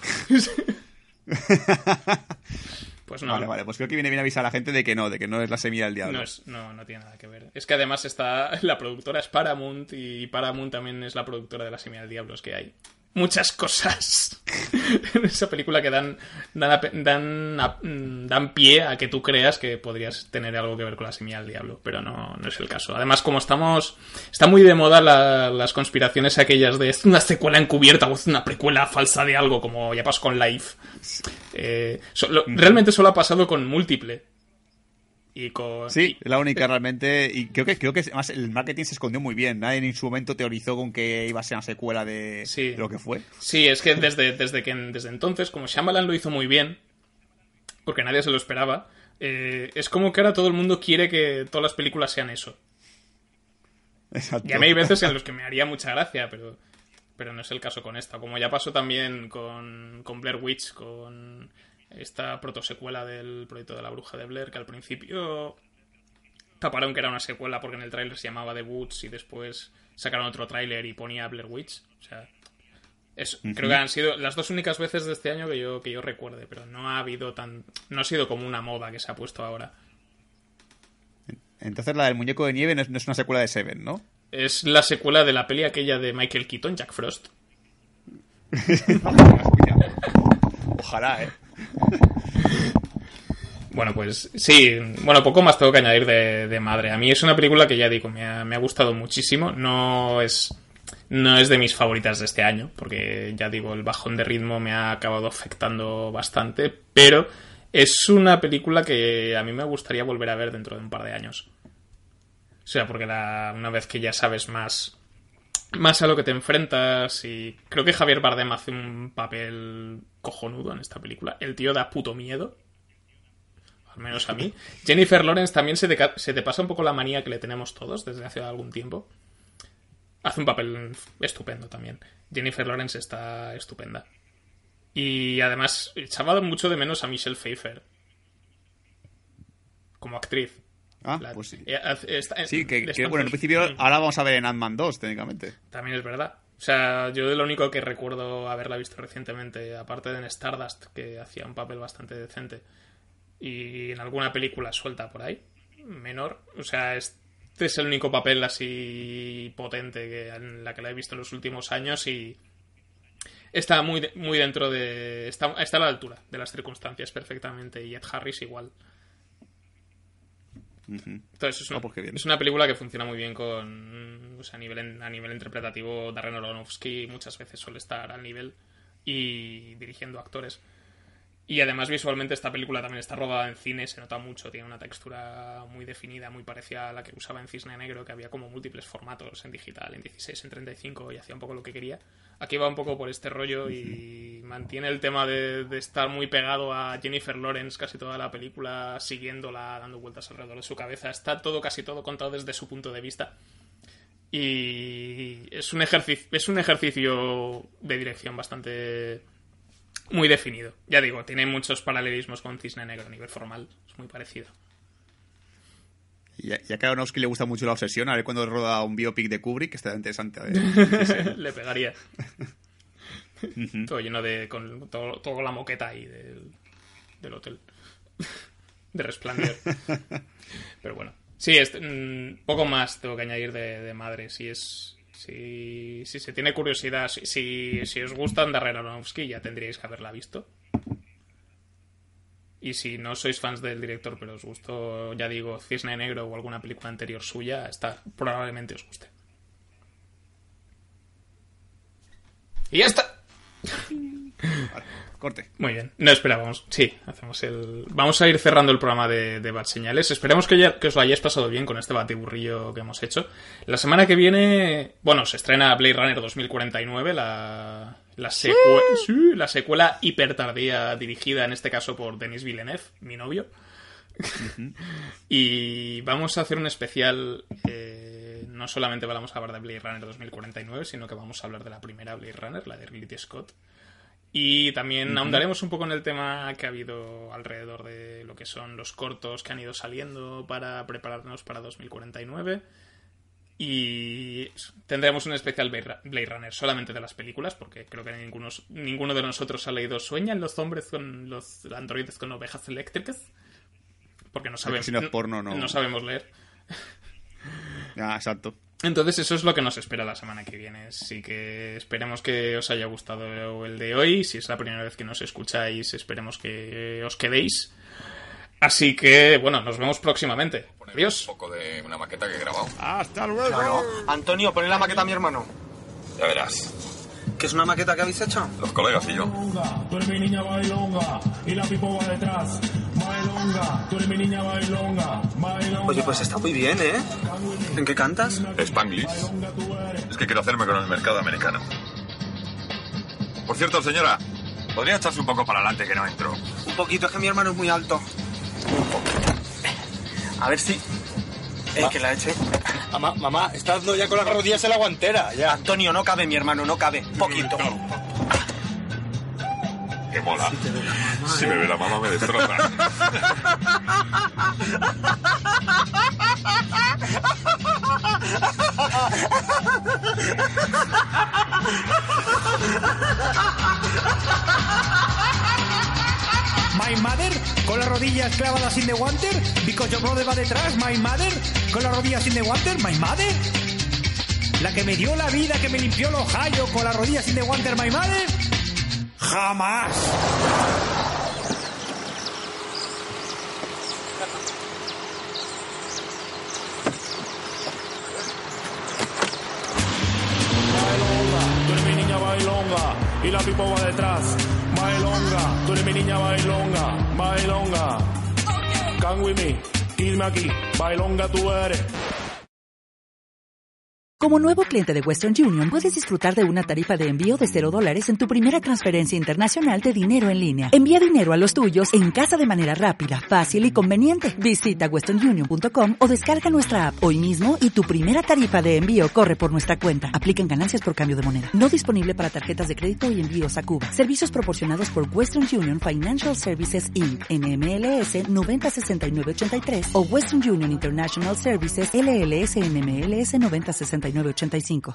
Pues no. Vale, vale, pues creo que viene bien avisar a la gente de que no, de que no es La Semilla del Diablo. No, es, no, no tiene nada que ver. Es que además está la productora es Paramount y Paramount también es la productora de La Semilla del Diablo. Es que hay muchas cosas en esa película que dan dan, dan dan pie a que tú creas que podrías tener algo que ver con La Semilla del Diablo, pero no, no es el caso. Además, como estamos está muy de moda la, las conspiraciones aquellas de es una secuela encubierta o es una precuela falsa de algo, como ya pasó con Life. Eh, so, lo, realmente solo ha pasado con Múltiple. Y con, sí, y, la única realmente. Y creo que creo que además el marketing se escondió muy bien. Nadie en su momento teorizó con que iba a ser una secuela de, sí. de lo que fue. Sí, es que desde, desde que desde entonces, como Shyamalan lo hizo muy bien, porque nadie se lo esperaba, eh, es como que ahora todo el mundo quiere que todas las películas sean eso. Exacto. Y a mí hay veces en los que me haría mucha gracia, pero, pero no es el caso con esta. Como ya pasó también con, con Blair Witch, con esta protosecuela del proyecto de la bruja de Blair, que al principio taparon que era una secuela porque en el tráiler se llamaba The Woods y después sacaron otro tráiler y ponía Blair Witch. O sea, es, uh-huh. creo que han sido las dos únicas veces de este año que yo, que yo recuerde, pero no ha habido tan... no ha sido como una moda que se ha puesto ahora. Entonces la del muñeco de nieve no es, no es una secuela de Seven, ¿no? Es la secuela de la peli aquella de Michael Keaton, Jack Frost. Ojalá, ¿eh? Bueno, pues sí, bueno, poco más tengo que añadir de, de Madre. A mí es una película que ya digo, me ha, me ha gustado muchísimo. No es, no es de mis favoritas de este año, porque ya digo, el bajón de ritmo me ha acabado afectando bastante, pero es una película que a mí me gustaría volver a ver dentro de un par de años. O sea, porque la, una vez que ya sabes más... más a lo que te enfrentas, y creo que Javier Bardem hace un papel cojonudo en esta película. El tío da puto miedo, al menos a mí. Jennifer Lawrence también se te, se te pasa un poco la manía que le tenemos todos desde hace algún tiempo. Hace un papel estupendo también. Jennifer Lawrence está estupenda. Y además echaba mucho de menos a Michelle Pfeiffer como actriz. Ah, la, pues sí. Eh, está, sí, que, que bueno, en principio ahora vamos a ver en Ant-Man dos, técnicamente. También es verdad. O sea, yo de lo único que recuerdo haberla visto recientemente, aparte de en Stardust, que hacía un papel bastante decente, y en alguna película suelta por ahí, menor. O sea, este es el único papel así potente que, en la que la he visto en los últimos años y está muy, muy dentro de... Está, está a la altura de las circunstancias perfectamente, y Ed Harris igual. Entonces es una, oh, pues es una película que funciona muy bien con, o sea, a nivel a nivel interpretativo. Darren Aronofsky muchas veces suele estar al nivel y dirigiendo actores, y además visualmente esta película también está rodada en cine, se nota mucho, tiene una textura muy definida, muy parecida a la que usaba en Cisne Negro, que había como múltiples formatos en digital, en dieciséis, en treinta y cinco, y hacía un poco lo que quería. Aquí va un poco por este rollo y mantiene el tema de, de estar muy pegado a Jennifer Lawrence casi toda la película, siguiéndola, dando vueltas alrededor de su cabeza. Está todo, casi todo contado desde su punto de vista. Y es un ejercicio, es un ejercicio de dirección bastante muy definido. Ya digo, tiene muchos paralelismos con Cisne Negro a nivel formal, es muy parecido. Y a, y a Aronofsky le gusta mucho la obsesión, a ver cuando roda un biopic de Kubrick, que está interesante. A ver. Le pegaría. Uh-huh. Todo lleno de... con todo, todo la moqueta ahí del, del hotel. De Resplandor. Pero bueno. Sí, este, mmm, poco más tengo que añadir de, de Madre. Si es... Si, si se tiene curiosidad, si, si, si os gusta Darren Aronofsky, ya tendríais que haberla visto. Y si no sois fans del director, pero os gustó, ya digo, Cisne Negro o alguna película anterior suya, esta probablemente os guste. Y ya está. Vale, corte. Muy bien. No esperábamos. Sí, hacemos el... Vamos a ir cerrando el programa de, de Bad Señales. Esperemos que, ya, que os lo hayáis pasado bien con este batiburrillo que hemos hecho. La semana que viene, bueno, se estrena Blade Runner dos mil cuarenta y nueve, la... La, secue- sí, la secuela hiper tardía, dirigida en este caso por Denis Villeneuve, mi novio. Uh-huh. Y vamos a hacer un especial. Eh, no solamente vamos a hablar de Blade Runner dos mil cuarenta y nueve, sino que vamos a hablar de la primera Blade Runner, la de Ridley Scott. Y también uh-huh. ahondaremos un poco en el tema que ha habido alrededor de lo que son los cortos que han ido saliendo para prepararnos para dos mil cuarenta y nueve. Y tendremos un especial Blade Runner solamente de las películas, porque creo que ninguno, ninguno de nosotros ha leído ¿Sueñan los hombres con los androides con ovejas eléctricas? Porque no sabemos, si no es porno, no. no sabemos leer. Ah, exacto. Entonces eso es lo que nos espera la semana que viene. Así que esperemos que os haya gustado el de hoy. Si es la primera vez que nos escucháis, esperemos que os quedéis. Así que, bueno, nos vemos próximamente. Adiós. Un poco de una maqueta que he grabado. ¡Hasta luego! Claro. Antonio, ponle la maqueta a mi hermano. Ya verás. ¿Qué es una maqueta que habéis hecho? Los colegas y yo. Tú eres mi niña bailonga y la pipo va detrás. Oye, pues está muy bien, ¿eh? ¿En qué cantas? Spanglish. Es que quiero hacerme con el mercado americano. Por cierto, señora, ¿podría echarse un poco para adelante que no entro? Un poquito, es que mi hermano es muy alto. A ver si... Eh, que la eche. Mamá, mamá, estás ya con las rodillas en la guantera, ya. Antonio, no cabe, mi hermano, no cabe. Un poquito. ¡Qué mola! Si me ve la mamá me destroza. My mother, con las rodillas clavadas in the water, because your brother va detrás. My mother, con las rodillas in the water. My mother, la que me dio la vida, que me limpió los Ohio, con las rodillas in the water. My mother, jamás. Bailonga, tú eres mi niña bailonga y la pipo va detrás. Bailonga, tú eres mi niña bailonga, bailonga. Come with me, irme aquí, bailonga tú eres. Como nuevo cliente de Western Union, puedes disfrutar de una tarifa de envío de cero dólares en tu primera transferencia internacional de dinero en línea. Envía dinero a los tuyos en casa de manera rápida, fácil y conveniente. Visita western union punto com o descarga nuestra app hoy mismo y tu primera tarifa de envío corre por nuestra cuenta. Aplican ganancias por cambio de moneda. No disponible para tarjetas de crédito y envíos a Cuba. Servicios proporcionados por Western Union Financial Services incorporated. N M L S noventa sesenta y nueve ochenta y tres o Western Union International Services L L S N M L S noventa sesenta y nueve ochenta y cinco.